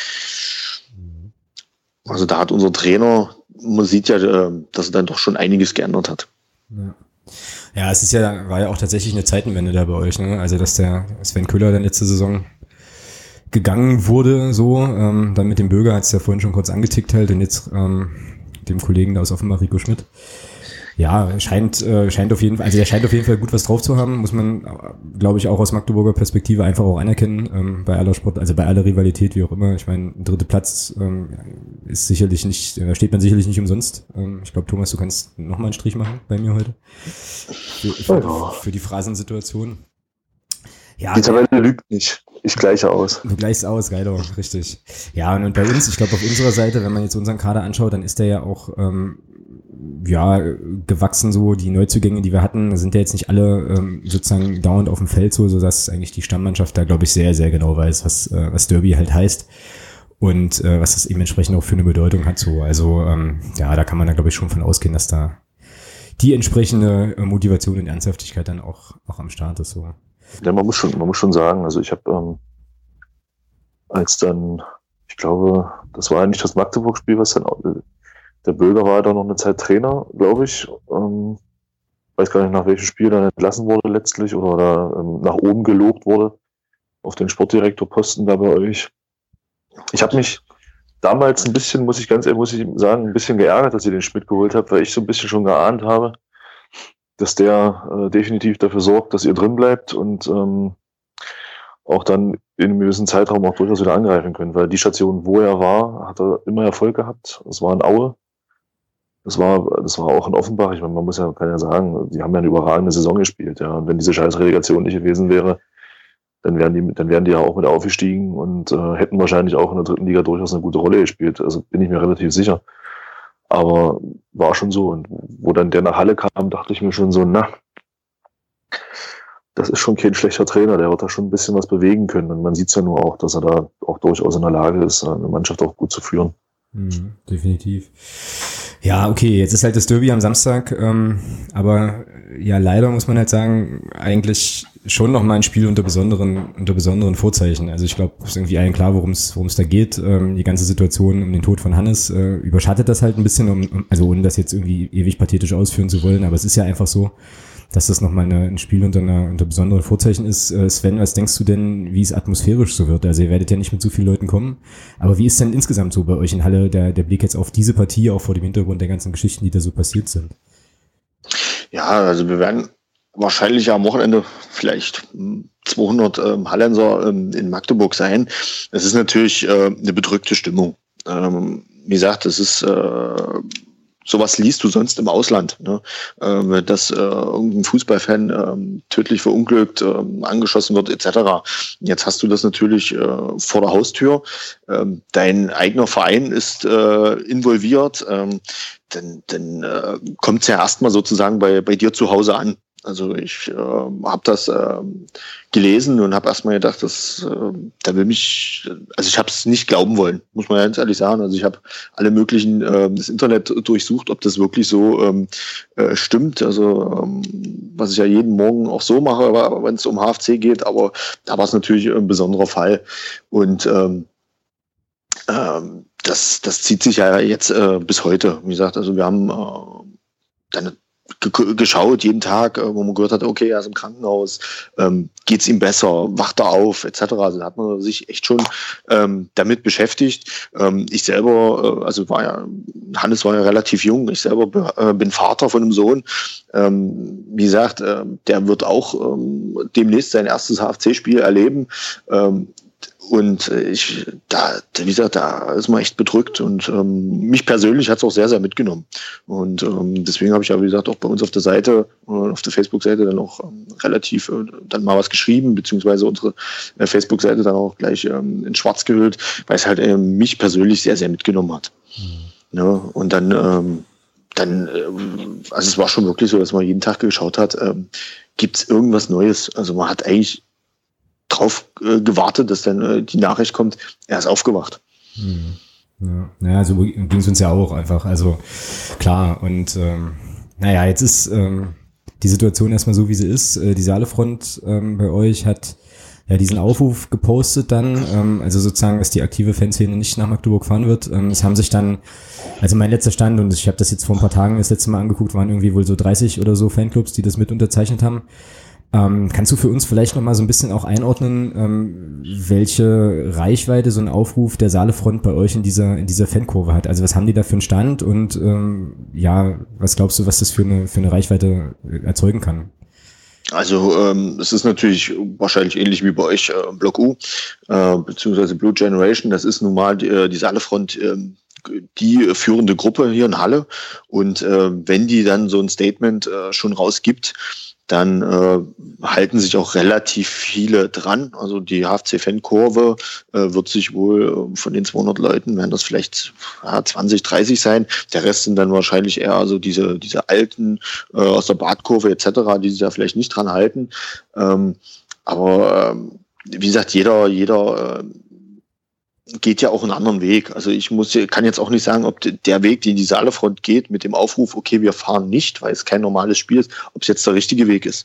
C: Also da hat unser Trainer, man sieht ja, äh, dass er dann doch schon einiges geändert hat.
A: Ja. Ja, es ist ja, war ja auch tatsächlich eine Zeitenwende da bei euch, ne? Also, dass der Sven Köhler dann letzte Saison gegangen wurde, so, ähm, dann mit dem Bürger, hat's ja vorhin schon kurz angetickt halt, und jetzt ähm, dem Kollegen da aus Offenbach, Rico Schmidt. Ja, scheint, äh, scheint auf jeden Fall, also er scheint auf jeden Fall gut was drauf zu haben, muss man, glaube ich, auch aus Magdeburger Perspektive einfach auch anerkennen, ähm, bei aller Sport, also bei aller Rivalität, wie auch immer. Ich meine, ein dritter Platz ähm, ist sicherlich nicht, da steht man sicherlich nicht umsonst. Ähm, ich glaube, Thomas, du kannst nochmal einen Strich machen bei mir heute. Für, für,
B: Ja.
A: für die Phrasensituation. Ja,
B: Die Tabelle lügt nicht. Ich gleiche aus.
A: du gleichst aus, geilo, richtig. Ja, und, und bei uns, ich glaube, auf unserer Seite, wenn man jetzt unseren Kader anschaut, dann ist der ja auch ähm, ja gewachsen so. Die Neuzugänge, die wir hatten, sind ja jetzt nicht alle ähm, sozusagen dauernd auf dem Feld so, sodass eigentlich die Stammmannschaft da, glaube ich, sehr, sehr genau weiß, was äh, was Derby halt heißt und äh, was das eben entsprechend auch für eine Bedeutung hat. So, also ähm, ja, da kann man da, glaube ich, schon von ausgehen, dass da die entsprechende äh, Motivation und Ernsthaftigkeit dann auch auch am Start ist. So.
B: Ja, man muss schon, man muss schon sagen, also ich habe, ähm, als dann, ich glaube, das war ja nicht das Magdeburg-Spiel, was dann, auch, der Bürger war da noch eine Zeit Trainer, glaube ich, ähm, weiß gar nicht, nach welchem Spiel dann entlassen wurde letztlich oder, oder ähm, nach oben gelobt wurde auf den Sportdirektorposten da bei euch. Ich habe mich damals ein bisschen, muss ich ganz ehrlich, muss ich sagen, ein bisschen geärgert, dass ihr den Schmidt geholt habt, weil ich so ein bisschen schon geahnt habe, dass der äh, definitiv dafür sorgt, dass ihr drin bleibt und ähm, auch dann in einem gewissen Zeitraum auch durchaus wieder angreifen könnt, weil die Station, wo er war, hat er immer Erfolg gehabt. Das war in Aue, das war, das war auch in Offenbach. Ich meine, man muss ja, kann ja sagen, die haben ja eine überragende Saison gespielt, ja. Und wenn diese scheiß Relegation nicht gewesen wäre, dann wären die, dann wären die ja auch mit aufgestiegen und äh, hätten wahrscheinlich auch in der dritten Liga durchaus eine gute Rolle gespielt. Also bin ich mir relativ sicher. Aber war schon so. Und wo dann der nach Halle kam, dachte ich mir schon so, na, das ist schon kein schlechter Trainer, der wird da schon ein bisschen was bewegen können. Und man sieht es ja nur auch, dass er da auch durchaus in der Lage ist, eine Mannschaft auch gut zu führen.
A: Mhm, definitiv. Ja, okay, jetzt ist halt das Derby am Samstag, ähm, aber ja leider muss man halt sagen, eigentlich schon noch mal ein Spiel unter besonderen unter besonderen Vorzeichen. Also ich glaube, es ist irgendwie allen klar, worum es worum es da geht. Ähm, die ganze Situation um den Tod von Hannes äh, überschattet das halt ein bisschen, um, um, also ohne das jetzt irgendwie ewig pathetisch ausführen zu wollen, aber es ist ja einfach so, dass das nochmal eine, ein Spiel unter einer unter besonderen Vorzeichen ist. Äh, Sven, was denkst du denn, wie es atmosphärisch so wird? Also ihr werdet ja nicht mit so vielen Leuten kommen, aber wie ist denn insgesamt so bei euch in Halle der, der Blick jetzt auf diese Partie, auch vor dem Hintergrund der ganzen Geschichten, die da so passiert sind?
C: Ja, also wir werden wahrscheinlich am Wochenende vielleicht zweihundert ähm, Hallenser ähm, in Magdeburg sein. Es ist natürlich äh, eine bedrückte Stimmung. Ähm, wie gesagt, es ist äh, sowas liest du sonst im Ausland, ne? Ähm, dass äh, irgendein Fußballfan ähm, tödlich verunglückt, ähm, angeschossen wird et cetera. Jetzt hast du das natürlich äh, vor der Haustür. Ähm, dein eigener Verein ist äh, involviert. Ähm, dann dann äh, kommt es ja erstmal sozusagen bei, bei dir zu Hause an. Also ich äh, habe das äh, gelesen und habe erstmal gedacht, dass äh, da will mich, also ich habe es nicht glauben wollen, muss man ganz ehrlich sagen. Also ich habe alle möglichen äh, das Internet durchsucht, ob das wirklich so ähm, äh, stimmt. Also ähm, was ich ja jeden Morgen auch so mache, wenn es um H F C geht, aber da war es natürlich ein besonderer Fall. Und ähm, ähm, das, das zieht sich ja jetzt äh, bis heute. Wie gesagt, also wir haben äh, dann geschaut jeden Tag, wo man gehört hat, okay, er ist im Krankenhaus, ähm, geht's ihm besser, wacht er auf, et cetera. Also da hat man sich echt schon ähm, damit beschäftigt. Ähm, ich selber, äh, also war ja, Hannes war ja relativ jung, ich selber äh, bin Vater von einem Sohn. Ähm, wie gesagt, äh, der wird auch ähm, demnächst sein erstes H F C-Spiel erleben. Ähm, Und ich, da, wie gesagt, da ist man echt bedrückt und ähm, mich persönlich hat es auch sehr, sehr mitgenommen. Und ähm, deswegen habe ich ja, wie gesagt, auch bei uns auf der Seite, äh, auf der Facebook-Seite dann auch ähm, relativ äh, dann mal was geschrieben, beziehungsweise unsere äh, Facebook-Seite dann auch gleich ähm, in schwarz gehüllt, weil es halt äh, mich persönlich sehr, sehr mitgenommen hat. Mhm. Ja, und dann, ähm, dann, äh, also es war schon wirklich so, dass man jeden Tag geschaut hat, ähm, gibt es irgendwas Neues? Also man hat eigentlich drauf äh, gewartet, dass dann äh, die Nachricht kommt, er ist aufgewacht.
A: Hm. Ja, naja, so ging es uns ja auch einfach. Also klar, und ähm, naja, jetzt ist ähm, die Situation erstmal so, wie sie ist. Äh, die Saalefront ähm, bei euch hat ja diesen Aufruf gepostet dann, ähm, also sozusagen, dass die aktive Fanszene nicht nach Magdeburg fahren wird. Ähm, es haben sich dann, also mein letzter Stand, und ich habe das jetzt vor ein paar Tagen das letzte Mal angeguckt, waren irgendwie wohl so dreißig oder so Fanclubs, die das mit unterzeichnet haben. Ähm, kannst du für uns vielleicht noch mal so ein bisschen auch einordnen, ähm, welche Reichweite so ein Aufruf der Saalefront bei euch in dieser in dieser Fankurve hat? Also was haben die da für einen Stand und ähm, ja, was glaubst du, was das für eine für eine Reichweite erzeugen kann?
C: Also ähm, es ist natürlich wahrscheinlich ähnlich wie bei euch äh, Block U, äh, beziehungsweise Blue Generation. Das ist nun mal die, die Saalefront, äh, die führende Gruppe hier in Halle. Und äh, wenn die dann so ein Statement äh, schon rausgibt, dann äh, halten sich auch relativ viele dran. Also die H F C-Fankurve äh, wird sich wohl äh, von den zweihundert Leuten, werden das vielleicht ja, zwanzig, dreißig sein. Der Rest sind dann wahrscheinlich eher also diese diese alten äh, aus der Badkurve et cetera, die sich da vielleicht nicht dran halten. Ähm, aber ähm, wie gesagt, jeder jeder äh, geht ja auch einen anderen Weg. Also ich muss, kann jetzt auch nicht sagen, ob der Weg, den die Saalefront geht, mit dem Aufruf, okay, wir fahren nicht, weil es kein normales Spiel ist, ob es jetzt der richtige Weg ist.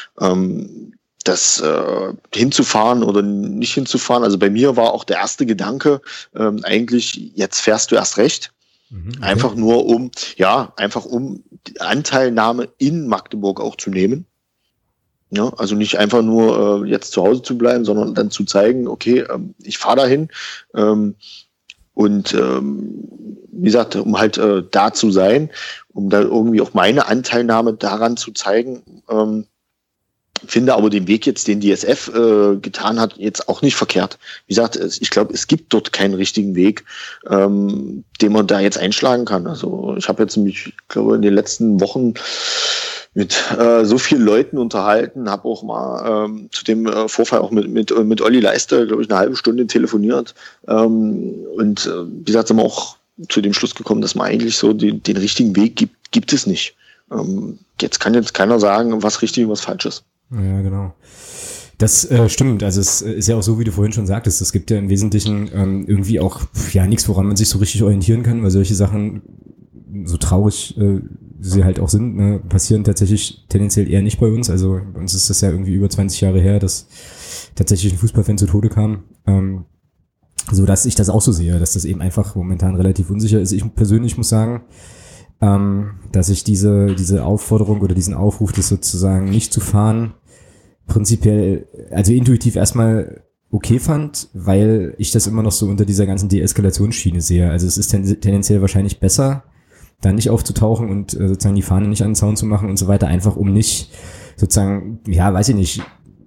C: Ähm, das äh, hinzufahren oder nicht hinzufahren, also bei mir war auch der erste Gedanke, ähm, eigentlich, jetzt fährst du erst recht. Mhm, okay. Einfach nur um, ja, einfach um die Anteilnahme in Magdeburg auch zu nehmen. Ja, also nicht einfach nur äh, jetzt zu Hause zu bleiben, sondern dann zu zeigen, okay, ähm, ich fahre dahin ähm, und ähm, wie gesagt, um halt äh, da zu sein, um da irgendwie auch meine Anteilnahme daran zu zeigen, ähm, finde aber den Weg jetzt, den die S F äh, getan hat, jetzt auch nicht verkehrt. Wie gesagt, ich glaube, es gibt dort keinen richtigen Weg, ähm, den man da jetzt einschlagen kann. Also ich habe jetzt mich, ich glaube, in den letzten Wochen mit äh, so vielen Leuten unterhalten, habe auch mal ähm, zu dem äh, Vorfall auch mit mit mit Olli Leister, glaube ich, eine halbe Stunde telefoniert ähm, und äh, wie gesagt, sind wir auch zu dem Schluss gekommen, dass man eigentlich so den, den richtigen Weg gibt, gibt es nicht. Ähm, jetzt kann jetzt keiner sagen, was richtig und was falsch ist.
A: Ja, genau. Das äh, stimmt, also es ist ja auch so, wie du vorhin schon sagtest, es gibt ja im Wesentlichen ähm, irgendwie auch ja nichts, woran man sich so richtig orientieren kann, weil solche Sachen, so traurig äh, sie halt auch sind, ne, passieren tatsächlich tendenziell eher nicht bei uns. Also bei uns ist das ja irgendwie über zwanzig Jahre her, dass tatsächlich ein Fußballfan zu Tode kam. Ähm, so dass ich das auch so sehe, dass das eben einfach momentan relativ unsicher ist. Ich persönlich muss sagen, ähm, dass ich diese diese Aufforderung oder diesen Aufruf, das sozusagen nicht zu fahren, prinzipiell, also intuitiv erstmal okay fand, weil ich das immer noch so unter dieser ganzen Deeskalationsschiene sehe. Also es ist ten- tendenziell wahrscheinlich besser, da nicht aufzutauchen und äh, sozusagen die Fahne nicht an den Zaun zu machen und so weiter, einfach um nicht sozusagen, ja, weiß ich nicht,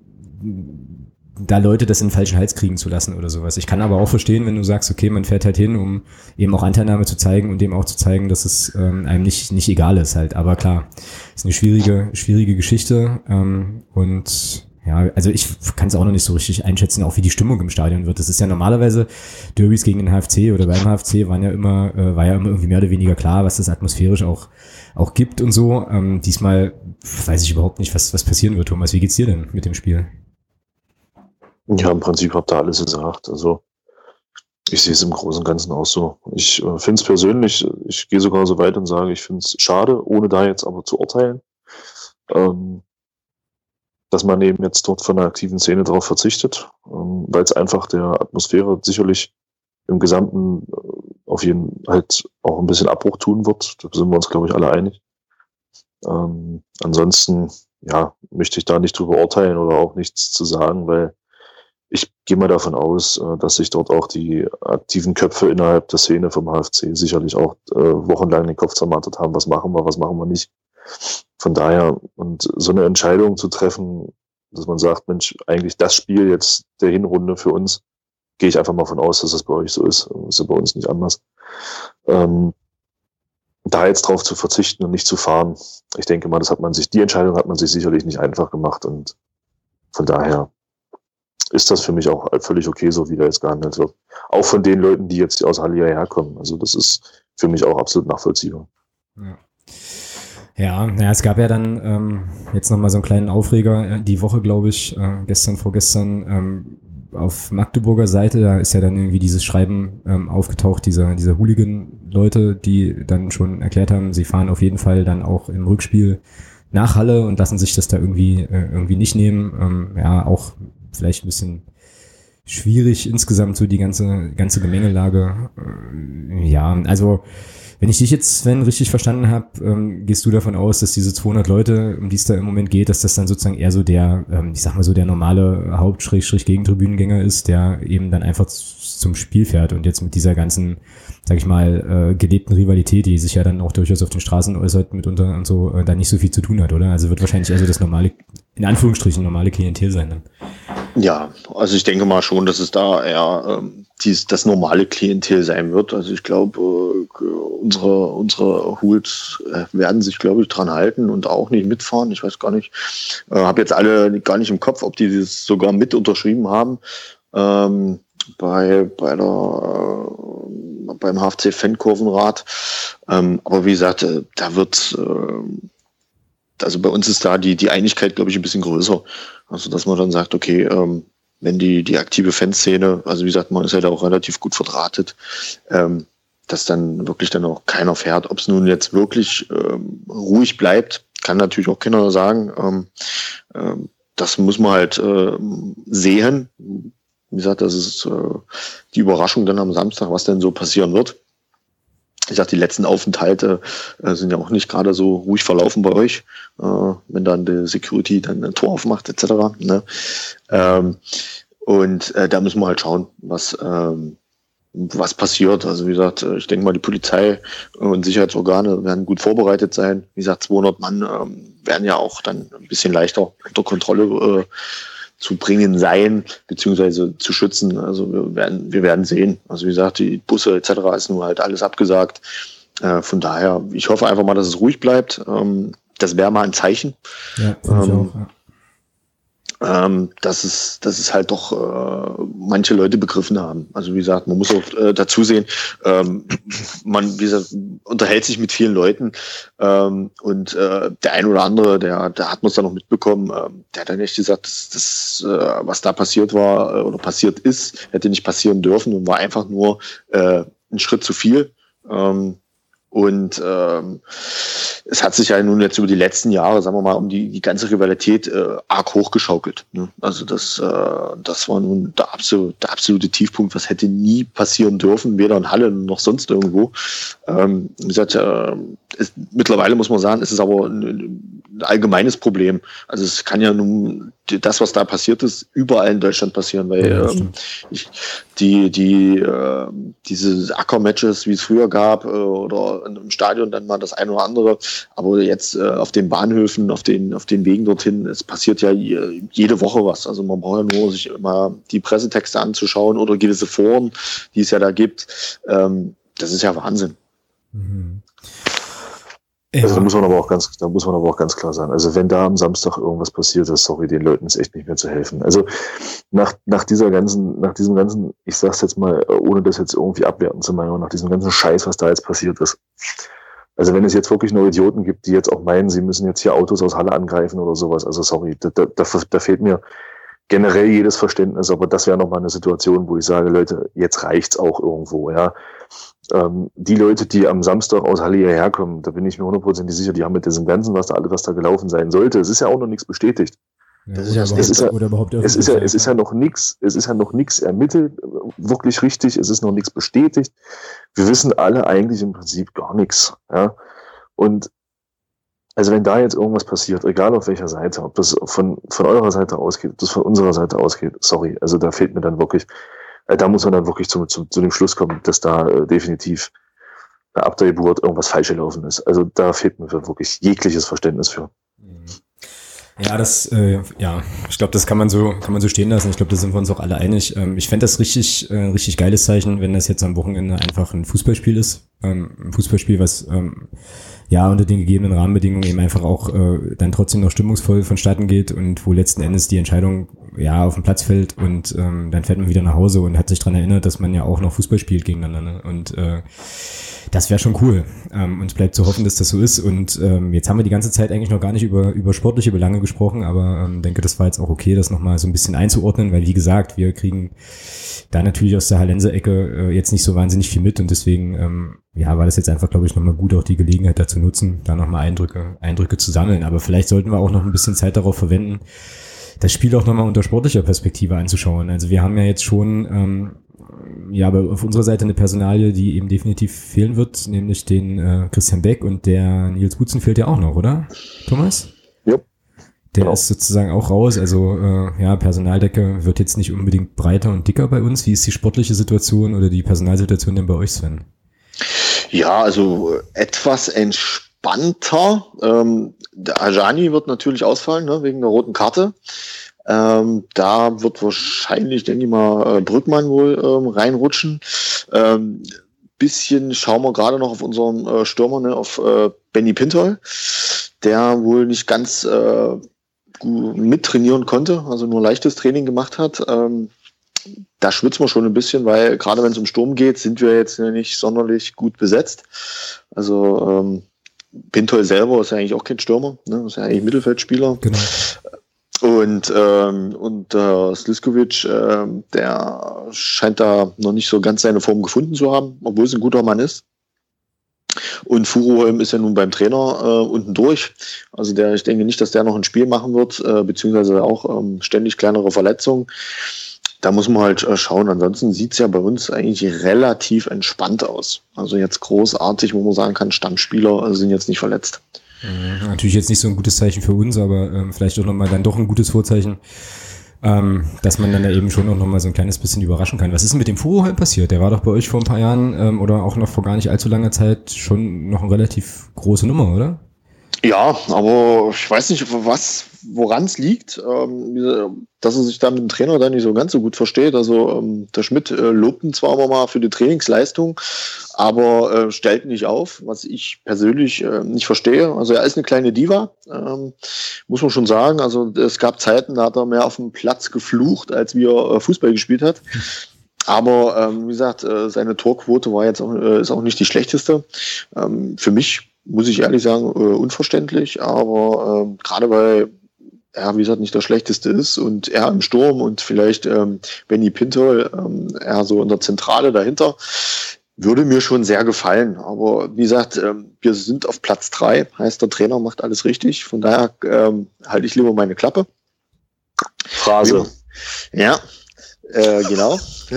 A: da Leute das in den falschen Hals kriegen zu lassen oder sowas. Ich kann aber auch verstehen, wenn du sagst, okay, man fährt halt hin, um eben auch Anteilnahme zu zeigen und dem auch zu zeigen, dass es ähm, einem nicht nicht egal ist halt. Aber klar, ist eine schwierige schwierige Geschichte ähm, und ja, also ich kann es auch noch nicht so richtig einschätzen, auch wie die Stimmung im Stadion wird. Das ist ja normalerweise Derbys gegen den H F C oder beim H F C waren ja immer äh, war ja immer irgendwie mehr oder weniger klar, was das atmosphärisch auch auch gibt und so. Ähm, diesmal weiß ich überhaupt nicht, was was passieren wird. Thomas, wie geht's dir denn mit dem Spiel?
B: Ja, im Prinzip habt ihr alles gesagt. Also ich sehe es im Großen und Ganzen auch so. Ich äh, finde es persönlich, ich gehe sogar so weit und sage, ich finde es schade, ohne da jetzt aber zu urteilen, ähm, dass man eben jetzt dort von der aktiven Szene darauf verzichtet, ähm, weil es einfach der Atmosphäre sicherlich im Gesamten äh, auf jeden Fall halt auch ein bisschen Abbruch tun wird. Da sind wir uns, glaube ich, alle einig. Ähm, ansonsten, ja, möchte ich da nicht drüber urteilen oder auch nichts zu sagen, weil ich gehe mal davon aus, dass sich dort auch die aktiven Köpfe innerhalb der Szene vom H F C sicherlich auch äh, wochenlang den Kopf zermartert haben, was machen wir, was machen wir nicht. Von daher, und so eine Entscheidung zu treffen, dass man sagt, Mensch, eigentlich das Spiel jetzt der Hinrunde für uns, gehe ich einfach mal von aus, dass das bei euch so ist. Das ist ja bei uns nicht anders. Ähm, da jetzt drauf zu verzichten und nicht zu fahren, ich denke mal, das hat man sich, die Entscheidung hat man sich sicherlich nicht einfach gemacht und von daher ist das für mich auch völlig okay, so wie da jetzt gehandelt wird. Auch von den Leuten, die jetzt aus Halle hierher kommen. Also das ist für mich auch absolut nachvollziehbar.
A: Ja. Ja, naja, es gab ja dann ähm, jetzt nochmal so einen kleinen Aufreger die Woche, glaube ich, äh, gestern, vorgestern, ähm, auf Magdeburger Seite, da ist ja dann irgendwie dieses Schreiben ähm, aufgetaucht, dieser, dieser Hooligan-Leute, die dann schon erklärt haben, sie fahren auf jeden Fall dann auch im Rückspiel nach Halle und lassen sich das da irgendwie äh, irgendwie nicht nehmen. Ähm, ja, auch vielleicht ein bisschen schwierig insgesamt so die ganze ganze Gemengelage. Äh, ja, also wenn ich dich jetzt, Sven, richtig verstanden habe, ähm, gehst du davon aus, dass diese zweihundert Leute, um die es da im Moment geht, dass das dann sozusagen eher so der, ähm, ich sag mal so der normale Haupt-Gegentribünengänger ist, der eben dann einfach z- zum Spiel fährt und jetzt mit dieser ganzen, sag ich mal, äh, gelebten Rivalität, die sich ja dann auch durchaus auf den Straßen äußert mitunter und so, äh, da nicht so viel zu tun hat, oder? Also wird wahrscheinlich eher so das normale, in Anführungsstrichen normale Klientel sein dann.
C: Ja, also ich denke mal schon, dass es da eher ähm, dies, das normale Klientel sein wird. Also ich glaube, äh, unsere unsere Hools äh, werden sich, glaube ich, dran halten und auch nicht mitfahren. Ich weiß gar nicht, äh, habe jetzt alle gar nicht im Kopf, ob die das sogar mit unterschrieben haben. Ähm, bei bei der äh, beim H F C Fankurvenrat. Ähm, aber wie gesagt, äh, da wird äh, also bei uns ist da die, die Einigkeit, glaube ich, ein bisschen größer. Also, dass man dann sagt, okay, ähm, wenn die, die aktive Fanszene, also wie gesagt, man ist ja da auch relativ gut verdrahtet, ähm, dass dann wirklich dann auch keiner fährt. Ob es nun jetzt wirklich ähm, ruhig bleibt, kann natürlich auch keiner sagen. Ähm, ähm, das muss man halt äh, sehen. Wie gesagt, das ist äh, die Überraschung dann am Samstag, was denn so passieren wird. Ich sag, die letzten Aufenthalte äh, sind ja auch nicht gerade so ruhig verlaufen bei euch, äh, wenn dann die Security dann ein Tor aufmacht et cetera. Ne? Ähm, und äh, da müssen wir halt schauen, was ähm, was passiert. Also wie gesagt, ich denke mal, die Polizei und Sicherheitsorgane werden gut vorbereitet sein. Wie gesagt, zweihundert Mann ähm, werden ja auch dann ein bisschen leichter unter Kontrolle äh, zu bringen sein, beziehungsweise zu schützen. Also wir werden, wir werden sehen. Also wie gesagt, die Busse et cetera ist nun halt alles abgesagt. Äh, von daher, ich hoffe einfach mal, dass es ruhig bleibt. Ähm, das wäre mal ein Zeichen.
A: Ja, finde ich
C: ähm,
A: auch. Ja.
C: Ähm, dass es, dass es halt doch äh, manche Leute begriffen haben. Also wie gesagt, man muss auch äh, dazu sehen, ähm, man wie gesagt, unterhält sich mit vielen Leuten ähm, und äh, der ein oder andere, der, der hat man es dann noch mitbekommen, äh, der hat dann echt gesagt, dass das, äh, was da passiert war äh, oder passiert ist, hätte nicht passieren dürfen und war einfach nur äh, ein Schritt zu viel. Ähm, Und ähm, es hat sich ja nun jetzt über die letzten Jahre, sagen wir mal, um die, die ganze Rivalität äh, arg hochgeschaukelt. Ne? Also das, äh, das war nun der absolute, der absolute Tiefpunkt, was hätte nie passieren dürfen, weder in Halle noch sonst irgendwo. Ähm, wie gesagt, äh, ist, mittlerweile muss man sagen, ist es aber ein, ein allgemeines Problem. Also es kann ja nun das, was da passiert ist, überall in Deutschland passieren, weil ja, ähm, ich, die, die, äh, diese Acker-Matches, wie es früher gab, äh, oder im Stadion dann mal das eine oder andere, aber jetzt äh, auf den Bahnhöfen, auf den, auf den Wegen dorthin, es passiert ja jede Woche was. Also man braucht ja nur sich mal die Pressetexte anzuschauen oder gewisse Foren, die es ja da gibt. Ähm, das ist ja Wahnsinn.
B: Mhm. Ja. Also da muss man aber auch ganz, da muss man aber auch ganz klar sagen. Also wenn da am Samstag irgendwas passiert ist, sorry, den Leuten ist echt nicht mehr zu helfen. Also nach, nach dieser ganzen, nach diesem ganzen, ich sag's jetzt mal, ohne das jetzt irgendwie abwerten zu meinen, nach diesem ganzen Scheiß, was da jetzt passiert ist. Also wenn es jetzt wirklich nur Idioten gibt, die jetzt auch meinen, sie müssen jetzt hier Autos aus Halle angreifen oder sowas, also sorry, da, da, da fehlt mir generell jedes Verständnis, aber das wäre nochmal eine Situation, wo ich sage, Leute, jetzt reicht's auch irgendwo, ja. Ähm, die Leute, die am Samstag aus Halle hierher kommen, da bin ich mir hundertprozentig sicher, die haben mit diesem Ganzen, was da alles, was da gelaufen sein sollte, es ist ja auch noch nichts bestätigt.
A: Ja, das ist ja, es ist ja, oder überhaupt
B: es ist ja, es ist ja noch nichts, es ist ja noch nichts ermittelt, wirklich richtig, es ist noch nichts bestätigt. Wir wissen alle eigentlich im Prinzip gar nichts, ja. Und also wenn da jetzt irgendwas passiert, egal auf welcher Seite, ob das von, von eurer Seite ausgeht, ob das von unserer Seite ausgeht, sorry, also da fehlt mir dann wirklich, äh, da muss man dann wirklich zu, zu, zu dem Schluss kommen, dass da äh, definitiv äh, ab der Geburt irgendwas falsch gelaufen ist. Also da fehlt mir wirklich jegliches Verständnis für.
A: Ja, das, äh, ja, ich glaube, das kann man so, kann man so stehen lassen. Ich glaube, da sind wir uns auch alle einig. Ähm, ich fände das richtig, äh, richtig geiles Zeichen, wenn das jetzt am Wochenende einfach ein Fußballspiel ist. Ähm, ein Fußballspiel, was, ähm, ja, unter den gegebenen Rahmenbedingungen eben einfach auch äh, dann trotzdem noch stimmungsvoll vonstatten geht und wo letzten Endes die Entscheidung, ja, auf den Platz fällt und ähm, dann fährt man wieder nach Hause und hat sich dran erinnert, dass man ja auch noch Fußball spielt gegeneinander, ne? Und äh, das wäre schon cool. Ähm, und es bleibt zu hoffen, dass das so ist. Und ähm, jetzt haben wir die ganze Zeit eigentlich noch gar nicht über über sportliche Belange gesprochen, aber ähm, denke, das war jetzt auch okay, das nochmal so ein bisschen einzuordnen, weil wie gesagt, wir kriegen da natürlich aus der Hallenser-Ecke äh, jetzt nicht so wahnsinnig viel mit und deswegen ähm, ja, war das jetzt einfach, glaube ich, nochmal gut, auch die Gelegenheit dazu nutzen, da nochmal Eindrücke, Eindrücke zu sammeln. Aber vielleicht sollten wir auch noch ein bisschen Zeit darauf verwenden, das Spiel auch nochmal unter sportlicher Perspektive anzuschauen. Also wir haben ja jetzt schon ähm, ja, aber auf unserer Seite eine Personalie, die eben definitiv fehlen wird, nämlich den äh, Christian Beck und der Nils Butzen fehlt ja auch noch, oder, Thomas?
B: Ja.
A: Der genau. ist sozusagen auch raus, also äh, ja, Personaldecke wird jetzt nicht unbedingt breiter und dicker bei uns. Wie ist die sportliche Situation oder die Personalsituation denn bei euch, Sven?
C: Ja, also etwas entspannter. Ähm, der Ajani wird natürlich ausfallen, ne, wegen der roten Karte. Ähm, da wird wahrscheinlich, denke ich mal, äh, Brückmann wohl ähm, reinrutschen. Ähm, bisschen schauen wir gerade noch auf unseren äh, Stürmer, ne, auf äh, Benny Pintol, der wohl nicht ganz äh, gut mittrainieren konnte, also nur leichtes Training gemacht hat. Ähm, da schwitzen wir schon ein bisschen, weil gerade wenn es um Sturm geht, sind wir jetzt nicht sonderlich gut besetzt. Also ähm, Pintol selber ist ja eigentlich auch kein Stürmer, ne? Ist ja eigentlich Mittelfeldspieler.
A: Genau.
C: Und ähm, und äh, Sliskovic, äh, der scheint da noch nicht so ganz seine Form gefunden zu haben, obwohl es ein guter Mann ist. Und Furuholm ist ja nun beim Trainer äh, unten durch. Also der, ich denke nicht, dass der noch ein Spiel machen wird, äh, beziehungsweise auch ähm, ständig kleinere Verletzungen. Da muss man halt äh, schauen. Ansonsten sieht's ja bei uns eigentlich relativ entspannt aus. Also jetzt großartig, wo man sagen kann, Stammspieler äh, sind jetzt nicht verletzt.
A: Mhm, natürlich jetzt nicht so ein gutes Zeichen für uns, aber ähm, vielleicht auch nochmal dann doch ein gutes Vorzeichen, ähm, dass man dann da eben schon auch nochmal so ein kleines bisschen überraschen kann. Was ist denn mit dem Furuholm passiert? Der war doch bei euch vor ein paar Jahren ähm, oder auch noch vor gar nicht allzu langer Zeit schon noch eine relativ große Nummer, oder?
C: Ja, aber ich weiß nicht, was, woran es liegt, ähm, dass er sich da mit dem Trainer dann nicht so ganz so gut versteht. Also ähm, der Schmidt äh, lobt ihn zwar immer mal für die Trainingsleistung, aber äh, stellt nicht auf, was ich persönlich äh, nicht verstehe. Also er ist eine kleine Diva, ähm, muss man schon sagen. Also es gab Zeiten, da hat er mehr auf dem Platz geflucht, als wie er äh, Fußball gespielt hat. Aber ähm, wie gesagt, äh, seine Torquote war jetzt auch, äh, ist auch nicht die schlechteste. Ähm, für mich muss ich ehrlich sagen, äh, unverständlich, aber äh, gerade weil er, wie gesagt, nicht der Schlechteste ist und er im Sturm und vielleicht ähm, Benny Pintol, ähm, er so in der Zentrale dahinter, würde mir schon sehr gefallen. Aber wie gesagt, ähm, wir sind auf Platz drei, heißt der Trainer macht alles richtig. Von daher ähm, halte ich lieber meine Klappe.
B: Phrase.
C: Ja, äh, genau.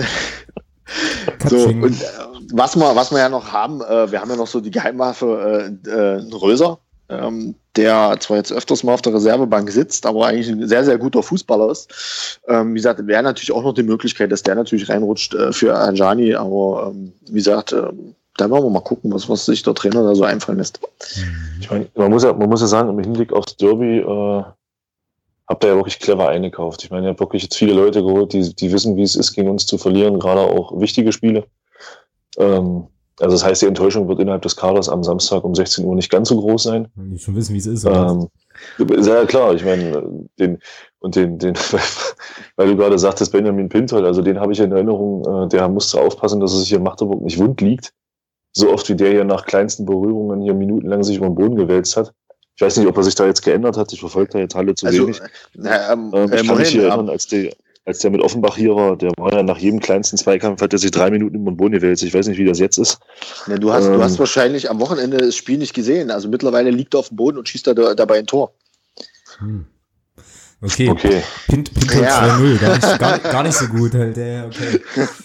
C: So, und äh, was wir, was wir ja noch haben, äh, wir haben ja noch so die Geheimwaffe äh, äh, Röser, ähm, der zwar jetzt öfters mal auf der Reservebank sitzt, aber eigentlich ein sehr, sehr guter Fußballer ist. Ähm, wie gesagt, wäre natürlich auch noch die Möglichkeit, dass der natürlich reinrutscht äh, für Anjani, aber ähm, wie gesagt, äh, da werden wir mal gucken, was, was sich der Trainer da so einfallen lässt.
B: Ich meine, man muss ja, man muss ja sagen, im Hinblick aufs Derby äh, habt ihr ja wirklich clever eingekauft. Ich meine, ihr habt wirklich jetzt viele Leute geholt, die, die wissen, wie es ist, gegen uns zu verlieren, gerade auch wichtige Spiele. Ähm, Also das heißt, die Enttäuschung wird innerhalb des Kaders am Samstag um sechzehn Uhr nicht ganz so groß sein.
A: Die schon wissen, wie es ist.
B: Ähm, sehr klar, ich meine, den, und den, den, weil du gerade sagtest, Benjamin Pintol, also den habe ich in Erinnerung, der musste aufpassen, dass er sich hier in Magdeburg nicht wund liegt. So oft wie der hier nach kleinsten Berührungen hier minutenlang sich über den Boden gewälzt hat. Ich weiß nicht, ob er sich da jetzt geändert hat, ich verfolge da jetzt Halle zu
C: also,
B: wenig.
C: Na, ähm,
B: ähm, ich
C: äh,
B: kann mich hier
C: ähm,
B: erinnern, als der, als der mit Offenbach hier war, der war ja nach jedem kleinsten Zweikampf, hat er sich drei Minuten über den Boden gewälzt. Ich weiß nicht, wie das jetzt ist.
C: Ja, du, hast,
B: ähm,
C: du hast wahrscheinlich am Wochenende das Spiel nicht gesehen. Also mittlerweile liegt er auf dem Boden und schießt da dabei ein Tor.
A: Hm. Okay,
B: okay.
A: Pint, Pintol
C: Ja.
A: zwei null, gar nicht, gar, gar nicht so gut halt. Ja, okay.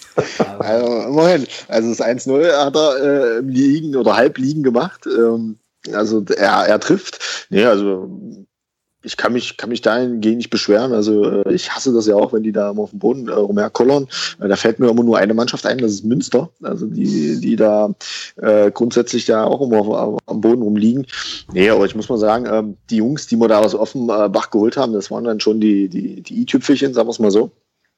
C: Also immerhin. Also das eins null hat er äh, im Liegen oder Halbliegen gemacht. Ähm, also er, er trifft. Nee, also ich kann mich, kann mich dahingehend nicht beschweren. Also äh, ich hasse das ja auch, wenn die da immer auf dem Boden äh, rumherkollern. Äh, da fällt mir immer nur eine Mannschaft ein, das ist Münster. Also die, die da äh, grundsätzlich da auch immer auf, am Boden rumliegen. Nee, aber ich muss mal sagen, ähm, die Jungs, die wir da aus Offenbach geholt haben, das waren dann schon die, die, die i-Tüpfelchen, sagen wir es mal so.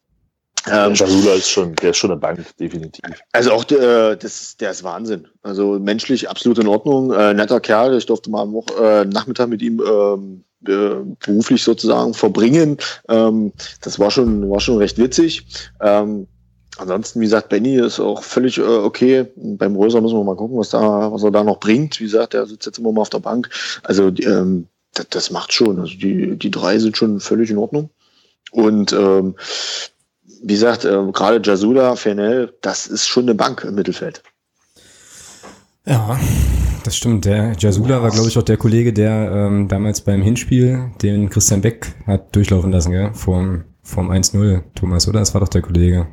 B: Ähm, Jasula ist schon, der ist schon eine Bank, definitiv.
C: Also auch der, das, der ist Wahnsinn. Also menschlich absolut in Ordnung. Äh, netter Kerl. Ich durfte mal am Woche, äh, Nachmittag mit ihm ähm, äh, beruflich sozusagen verbringen. Ähm, das war schon, war schon recht witzig. Ähm, ansonsten, wie gesagt, Benny ist auch völlig äh, okay. Beim Röser müssen wir mal gucken, was da, was er da noch bringt. Wie gesagt, der sitzt jetzt immer mal auf der Bank. Also die, ähm, das, das macht schon. Also die, die drei sind schon völlig in Ordnung. Und ähm, wie gesagt, äh, gerade Jasula, Fernell, das ist schon eine Bank im Mittelfeld.
A: Ja, das stimmt. Der Jasula war, glaube ich, auch der Kollege, der ähm, damals beim Hinspiel den Christian Beck hat durchlaufen lassen, gell? Vorm, vorm eins null, Thomas, oder? Das war doch der Kollege.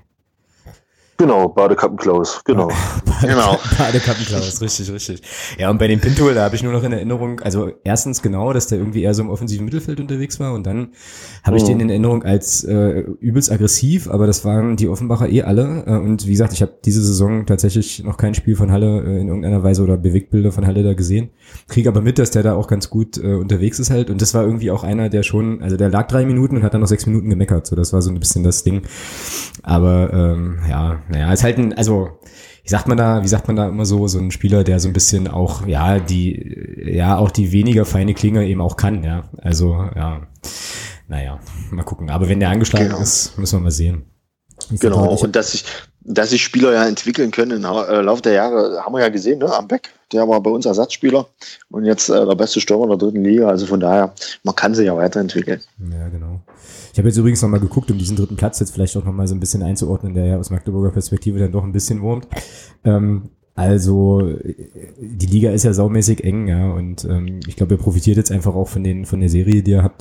B: Genau, Badekappenklaus, genau.
C: Genau.
A: Badekappenklaus, richtig, richtig. Ja, und bei dem Pintol, da habe ich nur noch in Erinnerung, also erstens genau, dass der irgendwie eher so im offensiven Mittelfeld unterwegs war und dann habe ich
B: Mhm.
A: den in Erinnerung als äh, übelst aggressiv, aber das waren die Offenbacher eh alle äh, und wie gesagt, ich habe diese Saison tatsächlich noch kein Spiel von Halle äh, in irgendeiner Weise oder Bewegtbilder von Halle da gesehen, kriege aber mit, dass der da auch ganz gut äh, unterwegs ist halt und das war irgendwie auch einer, der schon, also der lag drei Minuten und hat dann noch sechs Minuten gemeckert, so das war so ein bisschen das Ding, aber ähm, ja, naja, ist halt ein, also wie sagt man da, wie sagt man da immer so, so ein Spieler, der so ein bisschen auch, ja, die, ja, auch die weniger feine Klinge eben auch kann, ja, also, ja, naja, mal gucken, aber wenn der angeschlagen
C: Genau.
A: ist, müssen wir mal sehen. Ich
C: Genau,
A: sag mal, ich-
C: und dass sich, dass sich Spieler ja entwickeln können im äh, Laufe der Jahre, haben wir ja gesehen, ne? Am Beck, der war bei uns Ersatzspieler und jetzt äh, der beste Stürmer der dritten Liga, also von daher, man kann sich ja weiterentwickeln.
A: Ja, genau. Ich habe jetzt übrigens nochmal geguckt, um diesen dritten Platz jetzt vielleicht auch nochmal so ein bisschen einzuordnen, der ja aus Magdeburger Perspektive dann doch ein bisschen wurmt. Ähm, also die Liga ist ja saumäßig eng, ja, und ähm, ich glaube, ihr profitiert jetzt einfach auch von den von der Serie, die ihr habt.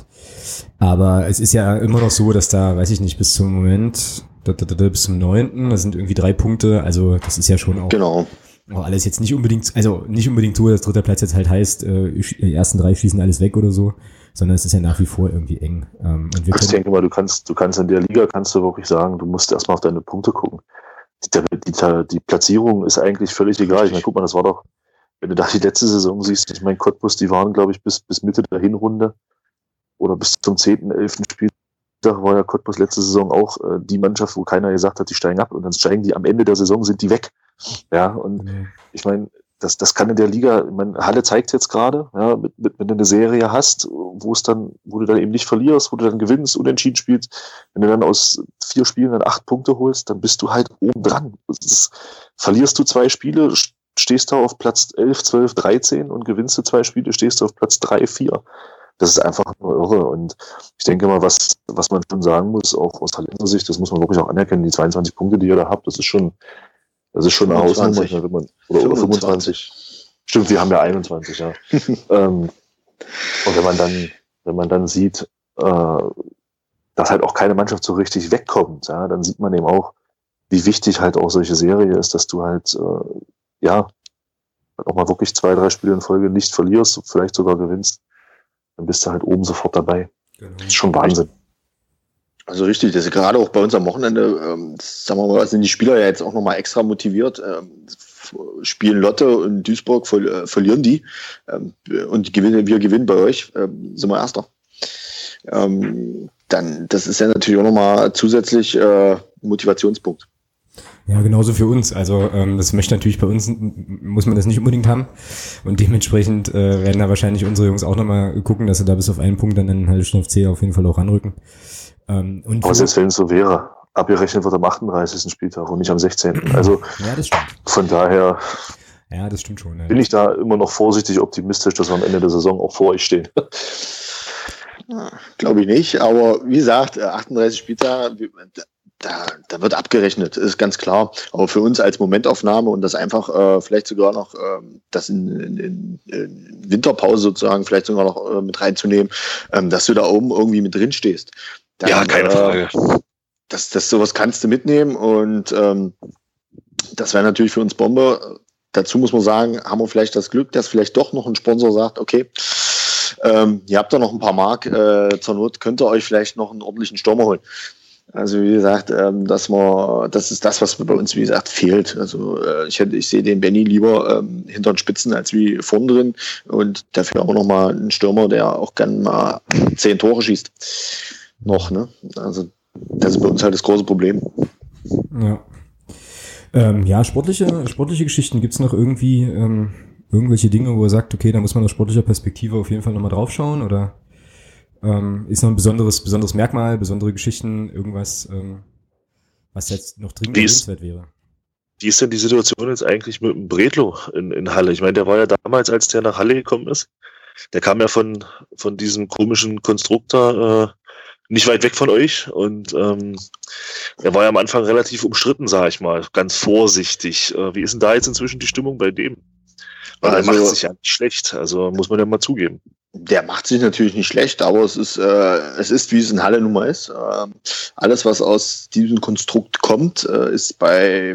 A: Aber es ist ja immer noch so, dass da, weiß ich nicht, bis zum Moment, da, da, da, bis zum neunten, das sind irgendwie drei Punkte, also das ist ja schon auch
C: Genau.
A: auch alles jetzt nicht unbedingt, also nicht unbedingt so, dass dritter Platz jetzt halt heißt, äh, die ersten drei schießen alles weg oder so, sondern es ist ja nach wie vor irgendwie eng. Ähm, und wir
B: Ich
A: können,
B: denke mal, du kannst, du kannst in der Liga, kannst du wirklich sagen, du musst erstmal auf deine Punkte gucken. Die, die, die Platzierung ist eigentlich völlig egal. Ich meine, guck mal, das war doch, wenn du da die letzte Saison siehst, ich meine, Cottbus, die waren, glaube ich, bis, bis Mitte der Hinrunde oder bis zum zehnten, elften Spieltag war ja Cottbus letzte Saison auch äh, die Mannschaft, wo keiner gesagt hat, die steigen ab und dann steigen die am Ende der Saison, sind die weg. Ja, und
A: äh,
B: ich meine, das, das kann in der Liga, ich meine, Halle zeigt jetzt gerade, ja, mit, mit, wenn du eine Serie hast, wo es dann, wo du dann eben nicht verlierst, wo du dann gewinnst, unentschieden spielst, wenn du dann aus vier Spielen dann acht Punkte holst, dann bist du halt oben dran. Das ist, verlierst du zwei Spiele, stehst du auf Platz elf, zwölf, dreizehn und gewinnst du zwei Spiele, stehst du auf Platz drei, vier. Das ist einfach nur irre. Und ich denke mal, was, was man schon sagen muss, auch aus Hallenser Sicht, das muss man wirklich auch anerkennen, die zweiundzwanzig Punkte, die ihr da habt, das ist schon, Das ist schon eine Hausnummer, ich meine, wenn man, oder, oder fünfundzwanzig. Stimmt, wir haben ja einundzwanzig, ja. ähm, und wenn man dann, wenn man dann sieht, äh, dass halt auch keine Mannschaft so richtig wegkommt, ja, dann sieht man eben auch, wie wichtig halt auch solche Serie ist, dass du halt, äh, ja, auch mal wirklich zwei, drei Spiele in Folge nicht verlierst, vielleicht sogar gewinnst, dann bist du halt oben sofort dabei. Genau. Das ist schon Wahnsinn.
C: Also richtig, das ist gerade auch bei uns am Wochenende, ähm, sagen wir mal, sind die Spieler ja jetzt auch nochmal extra motiviert, ähm, spielen Lotte und Duisburg, ver- äh, verlieren die ähm, und gewinnen, wir gewinnen bei euch, ähm, sind wir Erster. Ähm, dann, das ist ja natürlich auch nochmal zusätzlich äh, Motivationspunkt.
A: Ja, genauso für uns. Also ähm, das möchte natürlich bei uns, muss man das nicht unbedingt haben. Und dementsprechend äh, werden da wahrscheinlich unsere Jungs auch nochmal gucken, dass sie da bis auf einen Punkt dann in Hallenstein F C auf jeden Fall auch ranrücken. Ähm, und
B: aber selbst wenn es so wäre, abgerechnet wird am achtunddreißigsten Spieltag und nicht am sechzehnten Also
A: ja, das stimmt.
B: Von daher
A: ja, das stimmt schon, ja. Bin
B: ich da immer noch vorsichtig optimistisch, dass wir am Ende der Saison auch vor euch stehen.
C: Glaube ich nicht, aber wie gesagt, achtunddreißig Spieltage, da, da wird abgerechnet, ist ganz klar. Aber für uns als Momentaufnahme und das einfach äh, vielleicht sogar noch äh, das in, in, in Winterpause sozusagen vielleicht sogar noch äh, mit reinzunehmen, ähm, dass du da oben irgendwie mit drin stehst. Dann,
B: ja, keine Frage.
C: Äh, das, das sowas kannst du mitnehmen und ähm, das wäre natürlich für uns Bombe. Dazu muss man sagen, haben wir vielleicht das Glück, dass vielleicht doch noch ein Sponsor sagt, okay, ähm, ihr habt da noch ein paar Mark, äh, zur Not könnt ihr euch vielleicht noch einen ordentlichen Stürmer holen. Also wie gesagt, ähm, dass man, das ist das, was bei uns, wie gesagt, fehlt. Also äh, ich hätte, ich sehe den Benny lieber ähm, hinter den Spitzen als wie vorn drin und dafür auch nochmal einen Stürmer, der auch gerne mal zehn Tore schießt. Noch, ne? Also das ist bei uns halt das große Problem.
A: Ja. Ähm, ja, sportliche, sportliche Geschichten. Gibt's noch irgendwie ähm, irgendwelche Dinge, wo er sagt, okay, da muss man aus sportlicher Perspektive auf jeden Fall nochmal drauf schauen? Oder ähm, ist noch ein besonderes, besonderes Merkmal, besondere Geschichten, irgendwas, ähm, was jetzt noch dringend erwähnenswert wäre?
B: Wie ist denn die Situation jetzt eigentlich mit dem Bredlo in, in Halle? Ich meine, der war ja damals, als der nach Halle gekommen ist, der kam ja von, von diesem komischen Konstruktor äh, nicht weit weg von euch und ähm, er war ja am Anfang relativ umstritten, sag ich mal, ganz vorsichtig. Äh, wie ist denn da jetzt inzwischen die Stimmung bei dem? Weil also, er macht sich ja nicht schlecht, also muss man ja mal zugeben.
C: Der macht sich natürlich nicht schlecht, aber es ist, äh, es ist, wie es in Halle nun mal ist. Äh, alles, was aus diesem Konstrukt kommt, äh, ist bei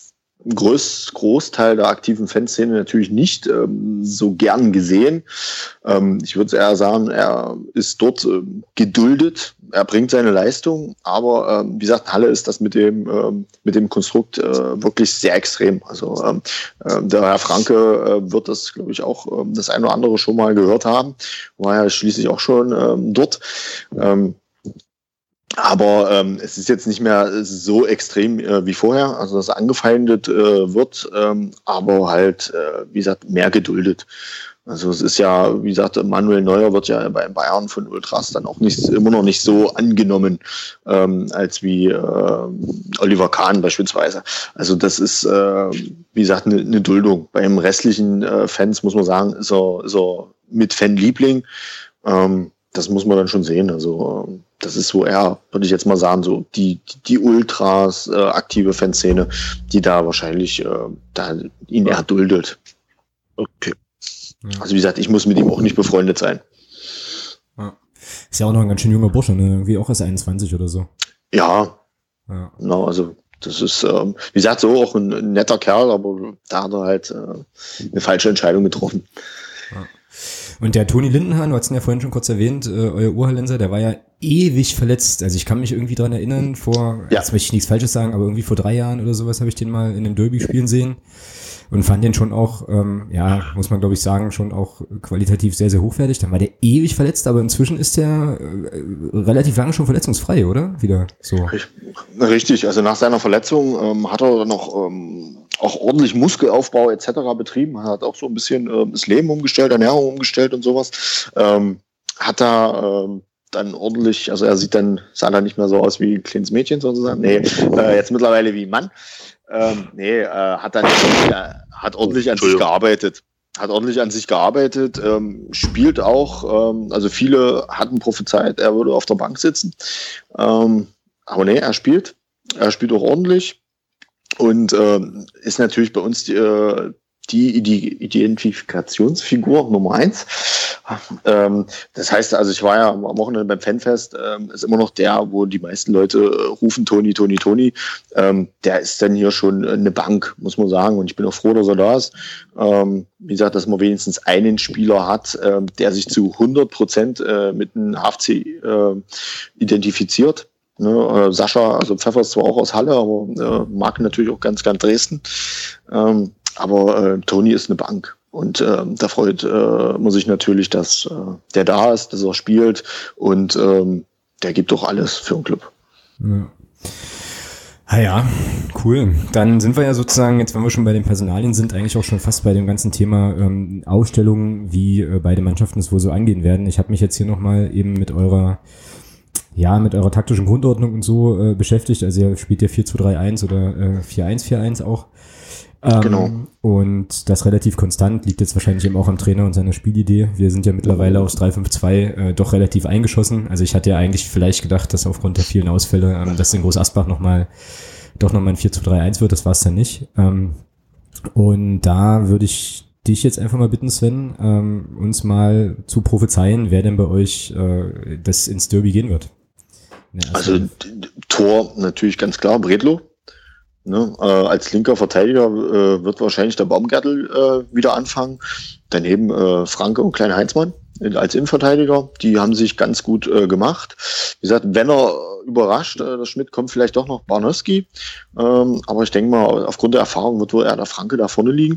C: Groß, Großteil der aktiven Fanszene natürlich nicht ähm, so gern gesehen. Ähm, ich würde eher sagen, er ist dort ähm, geduldet, er bringt seine Leistung, aber ähm, wie gesagt, Halle ist das mit dem ähm, mit dem Konstrukt äh, wirklich sehr extrem. Also ähm, äh, der Herr Franke äh, wird das, glaube ich, auch ähm, das ein oder andere schon mal gehört haben, war ja schließlich auch schon ähm, dort. Ähm, Aber ähm, es ist jetzt nicht mehr so extrem äh, wie vorher, also dass angefeindet äh, wird, ähm, aber halt, äh, wie gesagt, mehr geduldet. Also es ist ja, wie gesagt, Manuel Neuer wird ja bei Bayern von Ultras dann auch nicht immer noch nicht so angenommen ähm, als wie äh, Oliver Kahn beispielsweise. Also das ist, äh, wie gesagt, eine ne Duldung. Beim restlichen äh, Fans muss man sagen, ist er, ist er mit Fanliebling. Ähm, das muss man dann schon sehen. Also äh, das ist so eher, würde ich jetzt mal sagen, so die, die Ultras, äh, aktive Fanszene, die da wahrscheinlich äh, da ihn eher duldet.
B: Okay.
C: Also wie gesagt, ich muss mit ihm auch nicht befreundet sein.
A: Ja. Ist ja auch noch ein ganz schön junger Bursche, ne? Irgendwie auch erst einundzwanzig oder so.
C: Ja.
A: Ja.
C: Genau, also das ist, ähm, wie gesagt, so auch ein, ein netter Kerl, aber da hat er halt äh, eine falsche Entscheidung getroffen.
A: Ja. Und der Toni Lindenhahn, du hast ihn ja vorhin schon kurz erwähnt, äh, euer Urhallenser, der war ja ewig verletzt. Also ich kann mich irgendwie dran erinnern, vor, ja. jetzt möchte ich nichts Falsches sagen, aber irgendwie vor drei Jahren oder sowas habe ich den mal in einem Derby spielen sehen und fand den schon auch, ähm, ja, muss man glaube ich sagen, schon auch qualitativ sehr, sehr hochwertig. Dann war der ewig verletzt, aber inzwischen ist der äh, relativ lange schon verletzungsfrei, oder? Wieder so.
C: Richtig, also nach seiner Verletzung ähm, hat er noch ähm, auch ordentlich Muskelaufbau et cetera betrieben, hat auch so ein bisschen äh, das Leben umgestellt, Ernährung umgestellt und sowas. Ähm, hat da ähm, dann ordentlich, also er sieht dann, sah dann nicht mehr so aus wie ein kleines Mädchen sozusagen, nee, äh, jetzt mittlerweile wie ein Mann. Ähm, nee, äh, hat dann äh, hat ordentlich an sich gearbeitet. Hat ordentlich an sich gearbeitet, ähm, spielt auch, ähm, also viele hatten prophezeit, er würde auf der Bank sitzen. Ähm, aber nee, er spielt. Er spielt auch ordentlich. und äh, ist natürlich bei uns die, äh, die, die Identifikationsfigur Nummer eins. Ähm, das heißt, also ich war ja am Wochenende beim Fanfest, ähm, ist immer noch der, wo die meisten Leute äh, rufen, Toni, Toni, Toni. Ähm, der ist dann hier schon eine Bank, muss man sagen. Und ich bin auch froh, dass er da ist. Ähm, wie gesagt, dass man wenigstens einen Spieler hat, äh, der sich zu hundert Prozent äh, mit dem H F C äh, identifiziert. Ne, äh, Sascha, also Pfeffer ist zwar auch aus Halle, aber äh, mag natürlich auch ganz gern Dresden. Ähm, aber äh, Toni ist eine Bank. Und äh, da freut äh, man sich natürlich, dass äh, der da ist, dass er spielt und ähm, der gibt doch alles für den Club.
A: Ja. Ah ja, cool. Dann sind wir ja sozusagen, jetzt wenn wir schon bei den Personalien sind, eigentlich auch schon fast bei dem ganzen Thema ähm, Ausstellungen, wie äh, beide Mannschaften es wohl so angehen werden. Ich habe mich jetzt hier nochmal eben mit eurer ja, mit eurer taktischen Grundordnung und so äh, beschäftigt. Also ihr spielt ja vier zwei drei eins oder äh, vier eins vier eins auch. Ähm,
C: genau.
A: Und das relativ konstant, liegt jetzt wahrscheinlich eben auch am Trainer und seiner Spielidee. Wir sind ja mittlerweile aufs drei fünf zwei äh, doch relativ eingeschossen. Also ich hatte ja eigentlich vielleicht gedacht, dass aufgrund der vielen Ausfälle, ähm, dass in Groß Asbach nochmal doch nochmal ein vier zwei drei eins wird. Das war es dann nicht. Ähm, und da würde ich dich jetzt einfach mal bitten, Sven, ähm, uns mal zu prophezeien, wer denn bei euch äh, das ins Derby gehen wird.
C: Also d- d- Tor natürlich ganz klar, Bredlo. Ne, äh, als linker Verteidiger äh, wird wahrscheinlich der Baumgärtel äh, wieder anfangen. Daneben äh, Franke und Klein Heinzmann als Innenverteidiger. Die haben sich ganz gut äh, gemacht. Wie gesagt, wenn er überrascht, äh, der Schmidt, kommt vielleicht doch noch Barnowski. Ähm, aber ich denke mal, aufgrund der Erfahrung wird wohl eher der Franke da vorne liegen.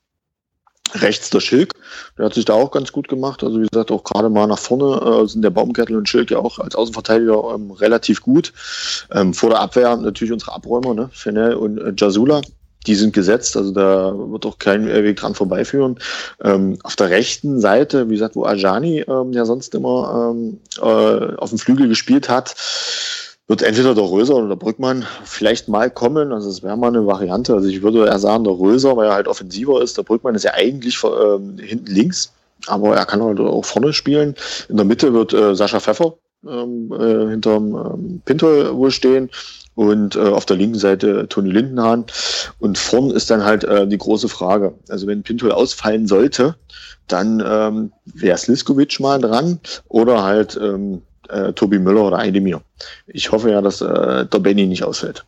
C: Rechts der Schilk, der hat sich da auch ganz gut gemacht. Also wie gesagt, auch gerade mal nach vorne äh, sind der Baumgärtel und Schilk ja auch als Außenverteidiger ähm, relativ gut. Ähm, vor der Abwehr natürlich unsere Abräumer, ne? Fennell und äh, Jasula, die sind gesetzt, also da wird auch kein Weg dran vorbeiführen. Ähm, auf der rechten Seite, wie gesagt, wo Ajani ähm, ja sonst immer ähm, äh, auf dem Flügel gespielt hat, wird entweder der Röser oder der Brückmann vielleicht mal kommen. Also es wäre mal eine Variante. Also ich würde eher sagen, der Röser, weil er halt offensiver ist. Der Brückmann ist ja eigentlich ähm, hinten links, aber er kann halt auch vorne spielen. In der Mitte wird äh, Sascha Pfeffer ähm, äh, hinterm ähm, Pintol wohl stehen. Und äh, auf der linken Seite Toni Lindenhahn. Und vorn ist dann halt äh, die große Frage. Also wenn Pintol ausfallen sollte, dann ähm, wäre Sliskovic mal dran oder halt ähm, Äh, Tobi Müller oder Eidemir. Ich hoffe ja, dass äh, der Benny nicht ausfällt.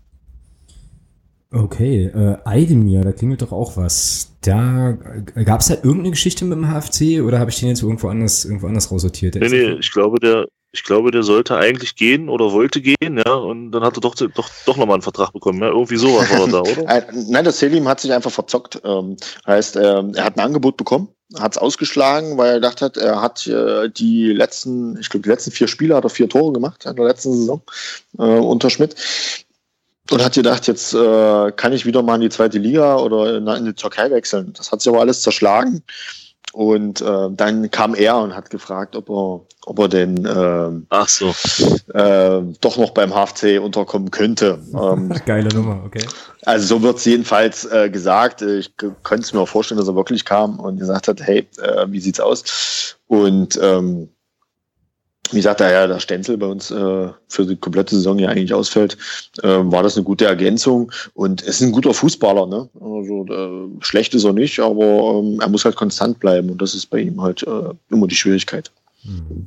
A: Okay, äh, Eidemir, da klingelt doch auch was. Da äh, gab es da irgendeine Geschichte mit dem H F C oder habe ich den jetzt irgendwo anders, irgendwo anders raussortiert?
B: Nee, nee, ich glaube, der, ich glaube, der sollte eigentlich gehen oder wollte gehen, ja, und dann hat er doch, doch, doch nochmal einen Vertrag bekommen, ja, irgendwie sowas war er da, oder?
C: Nein, der Selim hat sich einfach verzockt. Ähm, heißt, ähm, er hat ein Angebot bekommen, hat es ausgeschlagen, weil er gedacht hat, er hat äh, die letzten, ich glaube, die letzten vier Spiele hat er vier Tore gemacht in der letzten Saison äh, unter Schmidt. Und hat gedacht, jetzt äh, kann ich wieder mal in die zweite Liga oder in, in die Türkei wechseln. Das hat sich aber alles zerschlagen. Und äh, dann kam er und hat gefragt, ob er, ob er denn äh,
B: Ach so.
C: äh, doch noch beim H F C unterkommen könnte. Ähm,
A: Geile Nummer, okay.
C: Also so wird es jedenfalls äh, gesagt. Ich k- könnte es mir auch vorstellen, dass er wirklich kam und gesagt hat, hey, äh, wie sieht's aus? Und ähm, wie gesagt, da ja der Stenzel bei uns äh, für die komplette Saison ja eigentlich ausfällt, äh, war das eine gute Ergänzung. Und es ist ein guter Fußballer, ne? Also äh, schlecht ist er nicht, aber ähm, er muss halt konstant bleiben und das ist bei ihm halt äh, immer die Schwierigkeit.
A: Mhm.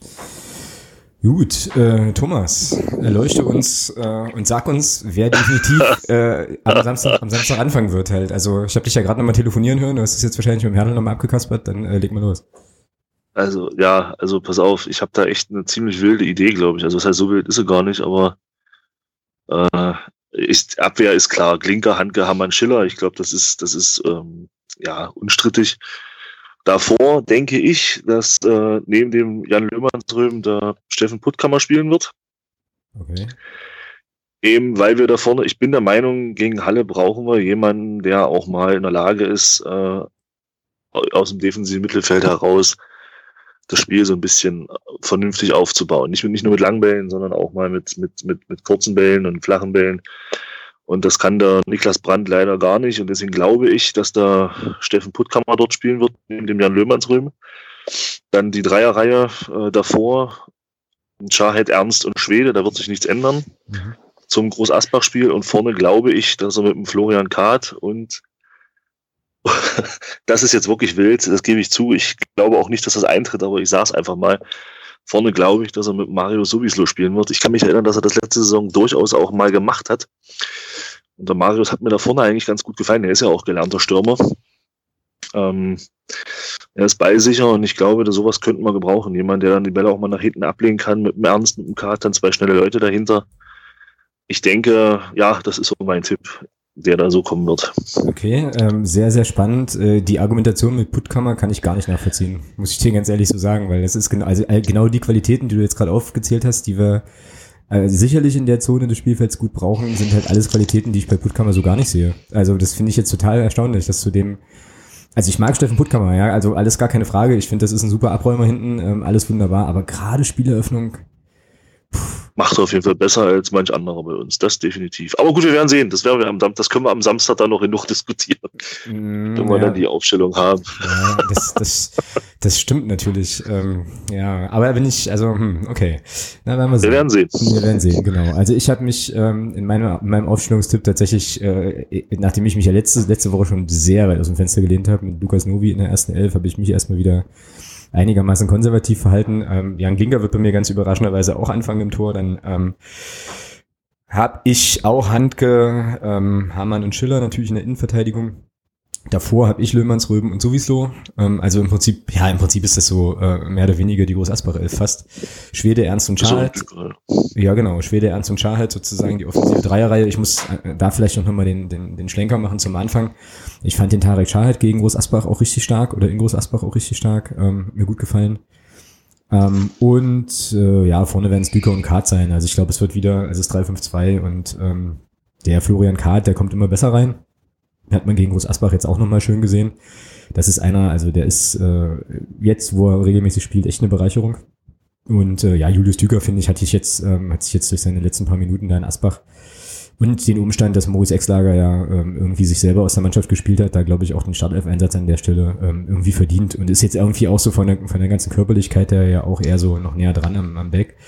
A: Gut, äh, Thomas, erleuchte uns äh, und sag uns, wer definitiv äh, am Samstag, am Samstag anfangen wird halt. Also ich habe dich ja gerade nochmal telefonieren hören, du hast es jetzt wahrscheinlich mit dem Herdl nochmal abgekaspert, dann äh, leg mal los.
B: Also, ja, also pass auf, ich habe da echt eine ziemlich wilde Idee, glaube ich. Also, das heißt, so wild ist sie gar nicht, aber äh, ist, Abwehr ist klar. Glinker, Handke, Hamann, Schiller. Ich glaube, das ist, das ist ähm, ja unstrittig. Davor denke ich, dass äh, neben dem Jan Löhmannsröhm der Steffen Puttkammer spielen wird.
A: Okay.
B: Eben, weil wir da vorne, ich bin der Meinung, gegen Halle brauchen wir jemanden, der auch mal in der Lage ist, äh, aus dem defensiven Mittelfeld heraus das Spiel so ein bisschen vernünftig aufzubauen. Nicht, nicht nur mit Langbällen, sondern auch mal mit, mit, mit, mit kurzen Bällen und flachen Bällen. Und das kann der Niklas Brandt leider gar nicht. Und deswegen glaube ich, dass der Steffen Puttkammer dort spielen wird, neben dem Jan Löhmannsröhm. Dann die Dreierreihe äh, davor, Schahid, Ernst und Schwede, da wird sich nichts ändern.
A: Mhm.
B: zum Groß-Asbach-Spiel und vorne glaube ich, dass er mit dem Florian Kath und das ist jetzt wirklich wild, das gebe ich zu. Ich glaube auch nicht, dass das eintritt, aber ich sage es einfach mal. Vorne glaube ich, dass er mit Mario Sowieso spielen wird. Ich kann mich erinnern, dass er das letzte Saison durchaus auch mal gemacht hat. Und der Marius hat mir da vorne eigentlich ganz gut gefallen. Er ist ja auch gelernter Stürmer. Ähm, er ist ballsicher und ich glaube, dass sowas könnten wir gebrauchen. Jemand, der dann die Bälle auch mal nach hinten ablegen kann, mit dem Ernst, mit dem Kath, dann zwei schnelle Leute dahinter. Ich denke, ja, das ist so mein Tipp, der da so kommen wird.
A: Okay, ähm, sehr, sehr spannend. Äh, die Argumentation mit Puttkammer kann ich gar nicht nachvollziehen, muss ich dir ganz ehrlich so sagen, weil das ist genau, also äh, genau die Qualitäten, die du jetzt gerade aufgezählt hast, die wir äh, sicherlich in der Zone des Spielfelds gut brauchen, sind halt alles Qualitäten, die ich bei Puttkammer so gar nicht sehe. Also das finde ich jetzt total erstaunlich, dass zu dem, also ich mag Steffen Puttkammer, ja, also alles gar keine Frage, ich finde, das ist ein super Abräumer hinten, ähm, alles wunderbar, aber gerade Spieleröffnung, pff.
B: Macht er auf jeden Fall besser als manch anderer bei uns, das definitiv. Aber gut, wir werden sehen, das, werden wir am, das können wir am Samstag dann noch genug diskutieren, mm, wenn wir ja. dann die Aufstellung haben.
A: Ja, das, das, das stimmt natürlich, ähm, ja, aber wenn ich, also, hm, okay, na, werden wir sehen.
B: Wir werden sehen.
A: Wir werden sehen, genau. Also ich habe mich ähm, in, meinem, in meinem Aufstellungstipp tatsächlich, äh, nachdem ich mich ja letzte, letzte Woche schon sehr weit aus dem Fenster gelehnt habe, mit Lukas Novi in der ersten Elf, habe ich mich erstmal wieder einigermaßen konservativ verhalten. Ähm, Jan Ginker wird bei mir ganz überraschenderweise auch anfangen im Tor. Dann ähm, habe ich auch Handke, ähm, Hamann und Schiller natürlich in der Innenverteidigung. Davor habe ich Löhmanns, Röben und Sowieso. Ähm, also im Prinzip, ja, im Prinzip ist das so äh, mehr oder weniger die Groß-Asbach-Elf fast. Schwede, Ernst und Scharheit. Ja, genau. Schwede, Ernst und Scharheit sozusagen die offensive Dreierreihe. Ich muss äh, da vielleicht noch mal den, den, den Schlenker machen zum Anfang. Ich fand den Tarek Scharheit gegen Groß-Asbach auch richtig stark oder in Groß-Asbach auch richtig stark. Ähm, mir gut gefallen. Ähm, und äh, ja, vorne werden es Düker und Kath sein. Also ich glaube, es wird wieder, es ist drei fünf zwei und ähm, der Florian Kath, der kommt immer besser rein. Hat man gegen Groß-Asbach jetzt auch nochmal schön gesehen. Das ist einer, also der ist äh, jetzt, wo er regelmäßig spielt, echt eine Bereicherung. Und äh, ja, Julius Düker, finde ich, hatte ich jetzt, ähm, hat sich jetzt durch seine letzten paar Minuten da in Asbach und den Umstand, dass Maurice Exlager ja ähm, irgendwie sich selber aus der Mannschaft gespielt hat, da glaube ich auch den Startelf-Einsatz an der Stelle ähm, irgendwie verdient und ist jetzt irgendwie auch so von der, von der ganzen Körperlichkeit her ja auch eher so noch näher dran am, am Back.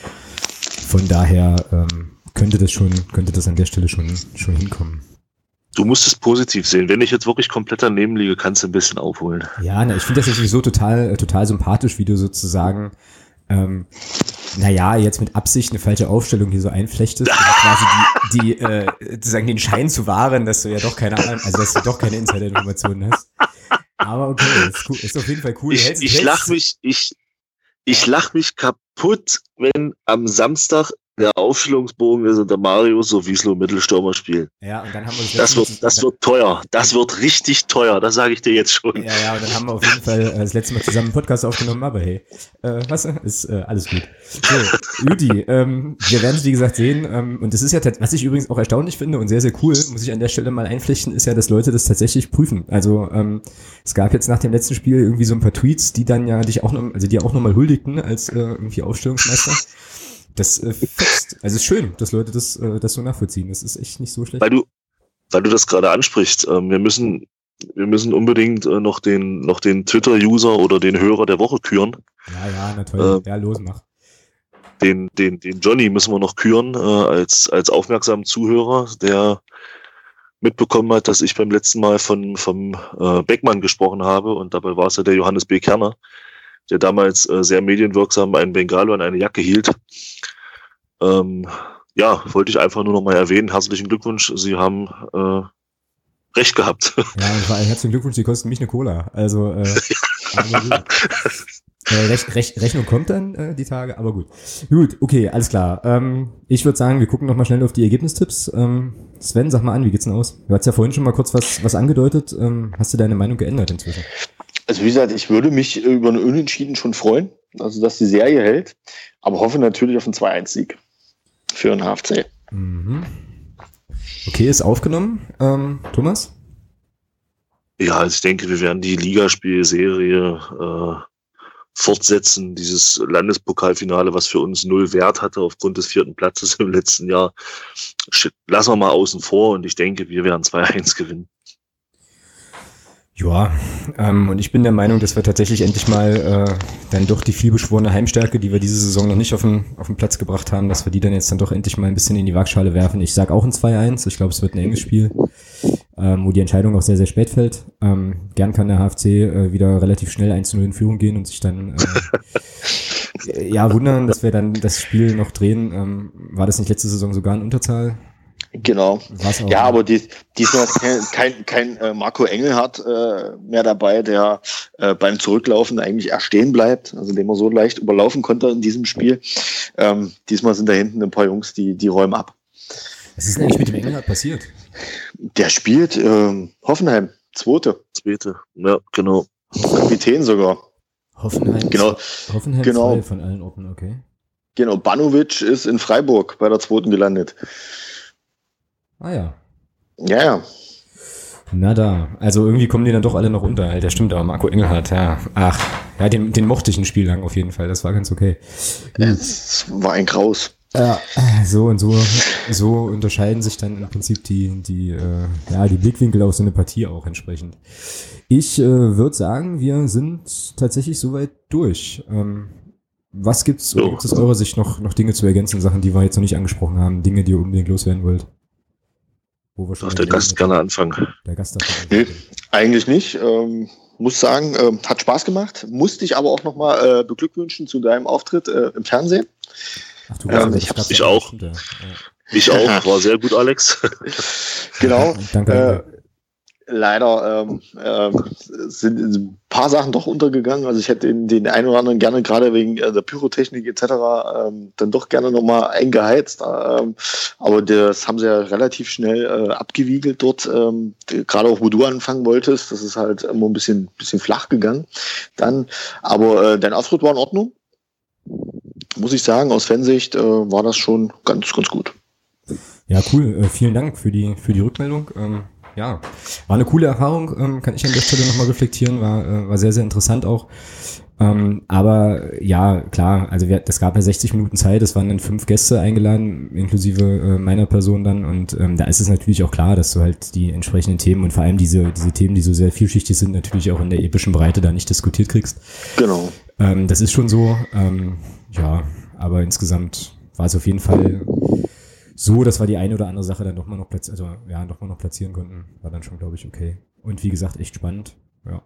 A: Von daher ähm, könnte das schon, könnte das an der Stelle schon, schon hinkommen.
B: Du musst es positiv sehen. Wenn ich jetzt wirklich komplett daneben liege, kannst du ein bisschen aufholen.
A: Ja, na, ich finde das natürlich so total, total sympathisch, wie du sozusagen, ähm, naja, jetzt mit Absicht eine falsche Aufstellung hier so einflechtest, also quasi die, die äh, sozusagen den Schein zu wahren, dass du ja doch keine Ahnung, also dass du doch keine Insider-Informationen hast. Aber okay, ist, cool, ist auf jeden Fall cool.
B: Ich, hältst, ich hältst, lach mich, ich, ich lach mich kaputt, wenn am Samstag der Aufstellungsbogen ist und der Mario Sowieso Mittelstürmer spielen.
A: Ja, und dann haben wir das,
B: das wird, das wird teuer. Das wird richtig teuer. Das sage ich dir jetzt schon.
A: Ja, ja, und dann haben wir auf jeden Fall äh, das letzte Mal zusammen einen Podcast aufgenommen, aber hey, äh, was ist äh, alles gut. So, Judy, ähm, wir werden es wie gesagt sehen. Ähm, und das ist ja, was ich übrigens auch erstaunlich finde und sehr, sehr cool, muss ich an der Stelle mal einflechten, ist ja, dass Leute das tatsächlich prüfen. Also ähm, es gab jetzt nach dem letzten Spiel irgendwie so ein paar Tweets, die dann ja dich auch noch, also die auch nochmal huldigten als äh, irgendwie Aufstellungsmeister. Das äh, fetzt. Also es ist schön, dass Leute das, äh, das so nachvollziehen. Das ist echt nicht so schlecht.
B: Weil du, weil du das gerade ansprichst, äh, wir müssen, wir müssen unbedingt äh, noch den, noch den Twitter-User oder den Hörer der Woche küren.
A: Ja, ja, natürlich. Äh, ja, los, mach.
B: Den, den, den Johnny müssen wir noch küren äh, als, als aufmerksamen Zuhörer, der mitbekommen hat, dass ich beim letzten Mal von vom äh, Beckmann gesprochen habe und dabei war es ja der Johannes B. Kerner, der damals äh, sehr medienwirksam einen Bengalo an eine Jacke hielt. Ähm, ja, wollte ich einfach nur noch mal erwähnen. Herzlichen Glückwunsch, Sie haben äh, recht gehabt.
A: Ja, und vor allem herzlichen Glückwunsch, Sie kosten mich eine Cola. Also, äh, ja. äh, Rech, Rech, Rechnung kommt dann äh, die Tage, aber gut. Gut, okay, alles klar. Ähm, ich würde sagen, wir gucken noch mal schnell auf die Ergebnistipps. Ähm, Sven, sag mal an, wie geht's denn aus? Du hast ja vorhin schon mal kurz was, was angedeutet. Ähm, hast du deine Meinung geändert inzwischen?
C: Also wie gesagt, ich würde mich über eine Unentschieden schon freuen, also dass die Serie hält, aber hoffe natürlich auf einen zwei eins Sieg für den H F C.
A: Mhm. Okay, ist aufgenommen. Ähm, Thomas?
B: Ja, also ich denke, wir werden die Ligaspielserie äh, fortsetzen. Dieses Landespokalfinale, was für uns null Wert hatte aufgrund des vierten Platzes im letzten Jahr, lassen wir mal außen vor und ich denke, wir werden zwei eins gewinnen.
A: Ja, ähm, und ich bin der Meinung, dass wir tatsächlich endlich mal äh, dann doch die vielbeschworene Heimstärke, die wir diese Saison noch nicht auf den, auf den Platz gebracht haben, dass wir die dann jetzt dann doch endlich mal ein bisschen in die Waagschale werfen. Ich sag auch ein zwei eins, ich glaube, es wird ein enges Spiel, ähm, wo die Entscheidung auch sehr, sehr spät fällt. Ähm, gern kann der H F C äh, wieder relativ schnell eins zu null in Führung gehen und sich dann äh, ja wundern, dass wir dann das Spiel noch drehen. Ähm, war das nicht letzte Saison sogar in Unterzahl?
C: Genau. Ja, aber dies, diesmal ist kein, kein, kein äh, Marco Engelhardt äh, mehr dabei, der äh, beim Zurücklaufen eigentlich eher stehen bleibt, also den man so leicht überlaufen konnte in diesem Spiel. Ähm, diesmal sind da hinten ein paar Jungs, die, die räumen ab.
A: Was ist denn eigentlich mit dem Engelhardt passiert?
C: Der spielt ähm, Hoffenheim, Zweite.
B: Zweite, ja, genau.
C: Kapitän sogar.
A: Hoffenheim,
C: genau.
A: Hoffenheim
C: genau.
A: zwei von allen Orten, okay.
C: Genau, Banovic ist in Freiburg bei der Zweiten gelandet.
A: Ah ja.
C: Ja, ja.
A: Na da, also irgendwie kommen die dann doch alle noch unter. Der stimmt aber, Marco Engelhardt, ja. Ach, ja, den, den mochte ich ein Spiel lang auf jeden Fall, das war ganz okay.
C: Es war ein Graus.
A: Ja, so und so, so unterscheiden sich dann im Prinzip die, die, äh, ja, die Blickwinkel auf so eine Partie auch entsprechend. Ich äh, würde sagen, wir sind tatsächlich soweit durch. Ähm, was gibt's, oder gibt es aus eurer Sicht noch, noch Dinge zu ergänzen, Sachen, die wir jetzt noch nicht angesprochen haben, Dinge, die ihr unbedingt loswerden wollt? Wo wir schon
B: Darf der Gast gerne anfangen?
A: Der Gast darf
C: nee, eigentlich nicht. Ähm, muss sagen, äh, hat Spaß gemacht. Musste ich aber auch nochmal äh, beglückwünschen zu deinem Auftritt äh, im Fernsehen.
A: Ach du,
C: ähm,
B: ich, ich auch. Ja. Ich auch. War sehr gut, Alex.
C: Genau.
A: Danke.
C: Äh, leider ähm, ähm, sind ein paar Sachen doch untergegangen. Also ich hätte den, den einen oder anderen gerne, gerade wegen äh, der Pyrotechnik et cetera, ähm, dann doch gerne nochmal eingeheizt. Ähm, aber das haben sie ja relativ schnell äh, abgewiegelt dort. Ähm, gerade auch, wo du anfangen wolltest, das ist halt immer ein bisschen, bisschen flach gegangen. Dann, aber äh, dein Auftritt war in Ordnung. Muss ich sagen, aus Fansicht äh, war das schon ganz, ganz gut.
A: Ja, cool. Äh, vielen Dank für die, für die Rückmeldung. Ähm, ja, war eine coole Erfahrung, ähm, kann ich an der Stelle nochmal reflektieren, war, äh, war sehr, sehr interessant auch. Ähm, aber ja, klar, also wir, das gab ja sechzig Minuten Zeit, es waren dann fünf Gäste eingeladen, inklusive äh, meiner Person dann, und ähm, da ist es natürlich auch klar, dass du halt die entsprechenden Themen und vor allem diese, diese Themen, die so sehr vielschichtig sind, natürlich auch in der epischen Breite da nicht diskutiert kriegst.
C: Genau.
A: Ähm, das ist schon so, ähm, ja, aber insgesamt war es auf jeden Fall so, dass wir die eine oder andere Sache dann doch mal noch platzieren, also ja, doch mal noch platzieren konnten, war dann schon, glaube ich, okay. Und wie gesagt, echt spannend, ja.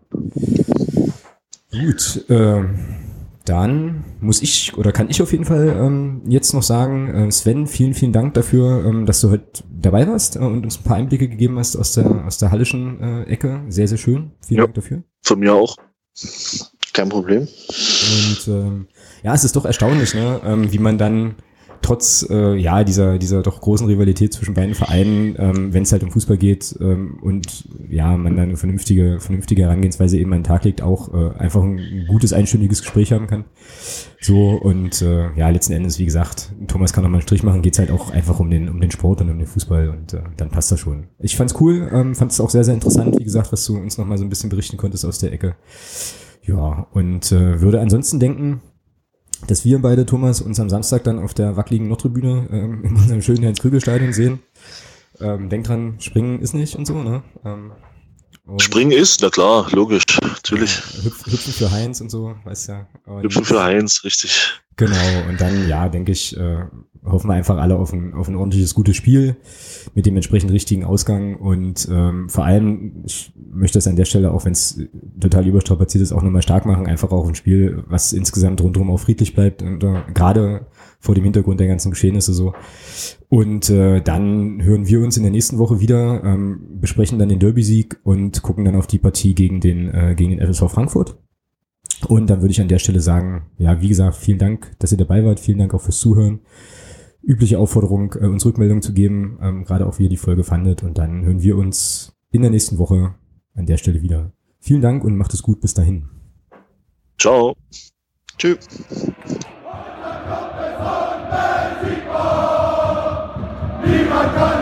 A: Gut, äh, dann muss ich, oder kann ich auf jeden Fall ähm, jetzt noch sagen, äh, Sven, vielen, vielen Dank dafür, ähm, dass du heute dabei warst äh, und uns ein paar Einblicke gegeben hast aus der, aus der hallischen äh, Ecke. Sehr, sehr schön. Vielen
B: ja,
A: Dank dafür.
B: Von mir auch.
C: Kein Problem.
A: Und ähm, ja, es ist doch erstaunlich, ne, ähm, wie man dann trotz äh, ja dieser dieser doch großen Rivalität zwischen beiden Vereinen, ähm, wenn es halt um Fußball geht ähm, und ja, man dann eine vernünftige vernünftige Herangehensweise eben an den Tag legt, auch äh, einfach ein, ein gutes, einstündiges Gespräch haben kann. So, und äh, ja, letzten Endes, wie gesagt, Thomas kann noch mal einen Strich machen, geht's halt auch einfach um den um den Sport und um den Fußball, und äh, dann passt das schon. Ich fand's cool, ähm, fand es auch sehr, sehr interessant, wie gesagt, was du uns noch mal so ein bisschen berichten konntest aus der Ecke. Ja, und äh, würde ansonsten denken, dass wir beide, Thomas, uns am Samstag dann auf der wackeligen Nordtribüne ähm, in unserem schönen Heinz-Krügel-Stadion sehen. Ähm, denk dran, springen ist nicht und so, ne? Ähm,
B: springen ist, na klar, logisch, natürlich.
A: Ja, hüpf, hüpfen für Heinz und so, weißt ja. Und
B: hüpfen für Heinz, richtig.
A: Genau, und dann, ja, denke ich, äh, hoffen wir einfach alle auf ein, auf ein ordentliches, gutes Spiel mit dem entsprechend richtigen Ausgang, und ähm, vor allem, ich möchte das an der Stelle, auch wenn es total überstrapaziert ist, auch nochmal stark machen, einfach auch ein Spiel, was insgesamt rundherum auch friedlich bleibt, und äh, gerade vor dem Hintergrund der ganzen Geschehnisse so. Und äh, dann hören wir uns in der nächsten Woche wieder, ähm, besprechen dann den Derby-Sieg und gucken dann auf die Partie gegen den, äh, gegen den F S V Frankfurt. Und dann würde ich an der Stelle sagen, ja, wie gesagt, vielen Dank, dass ihr dabei wart, vielen Dank auch fürs Zuhören. Übliche Aufforderung, äh, uns Rückmeldungen zu geben, ähm, gerade auch wie ihr die Folge fandet, und dann hören wir uns in der nächsten Woche an der Stelle wieder. Vielen Dank und macht es gut, bis dahin.
B: Ciao.
C: Tschüss.
D: Niemand kann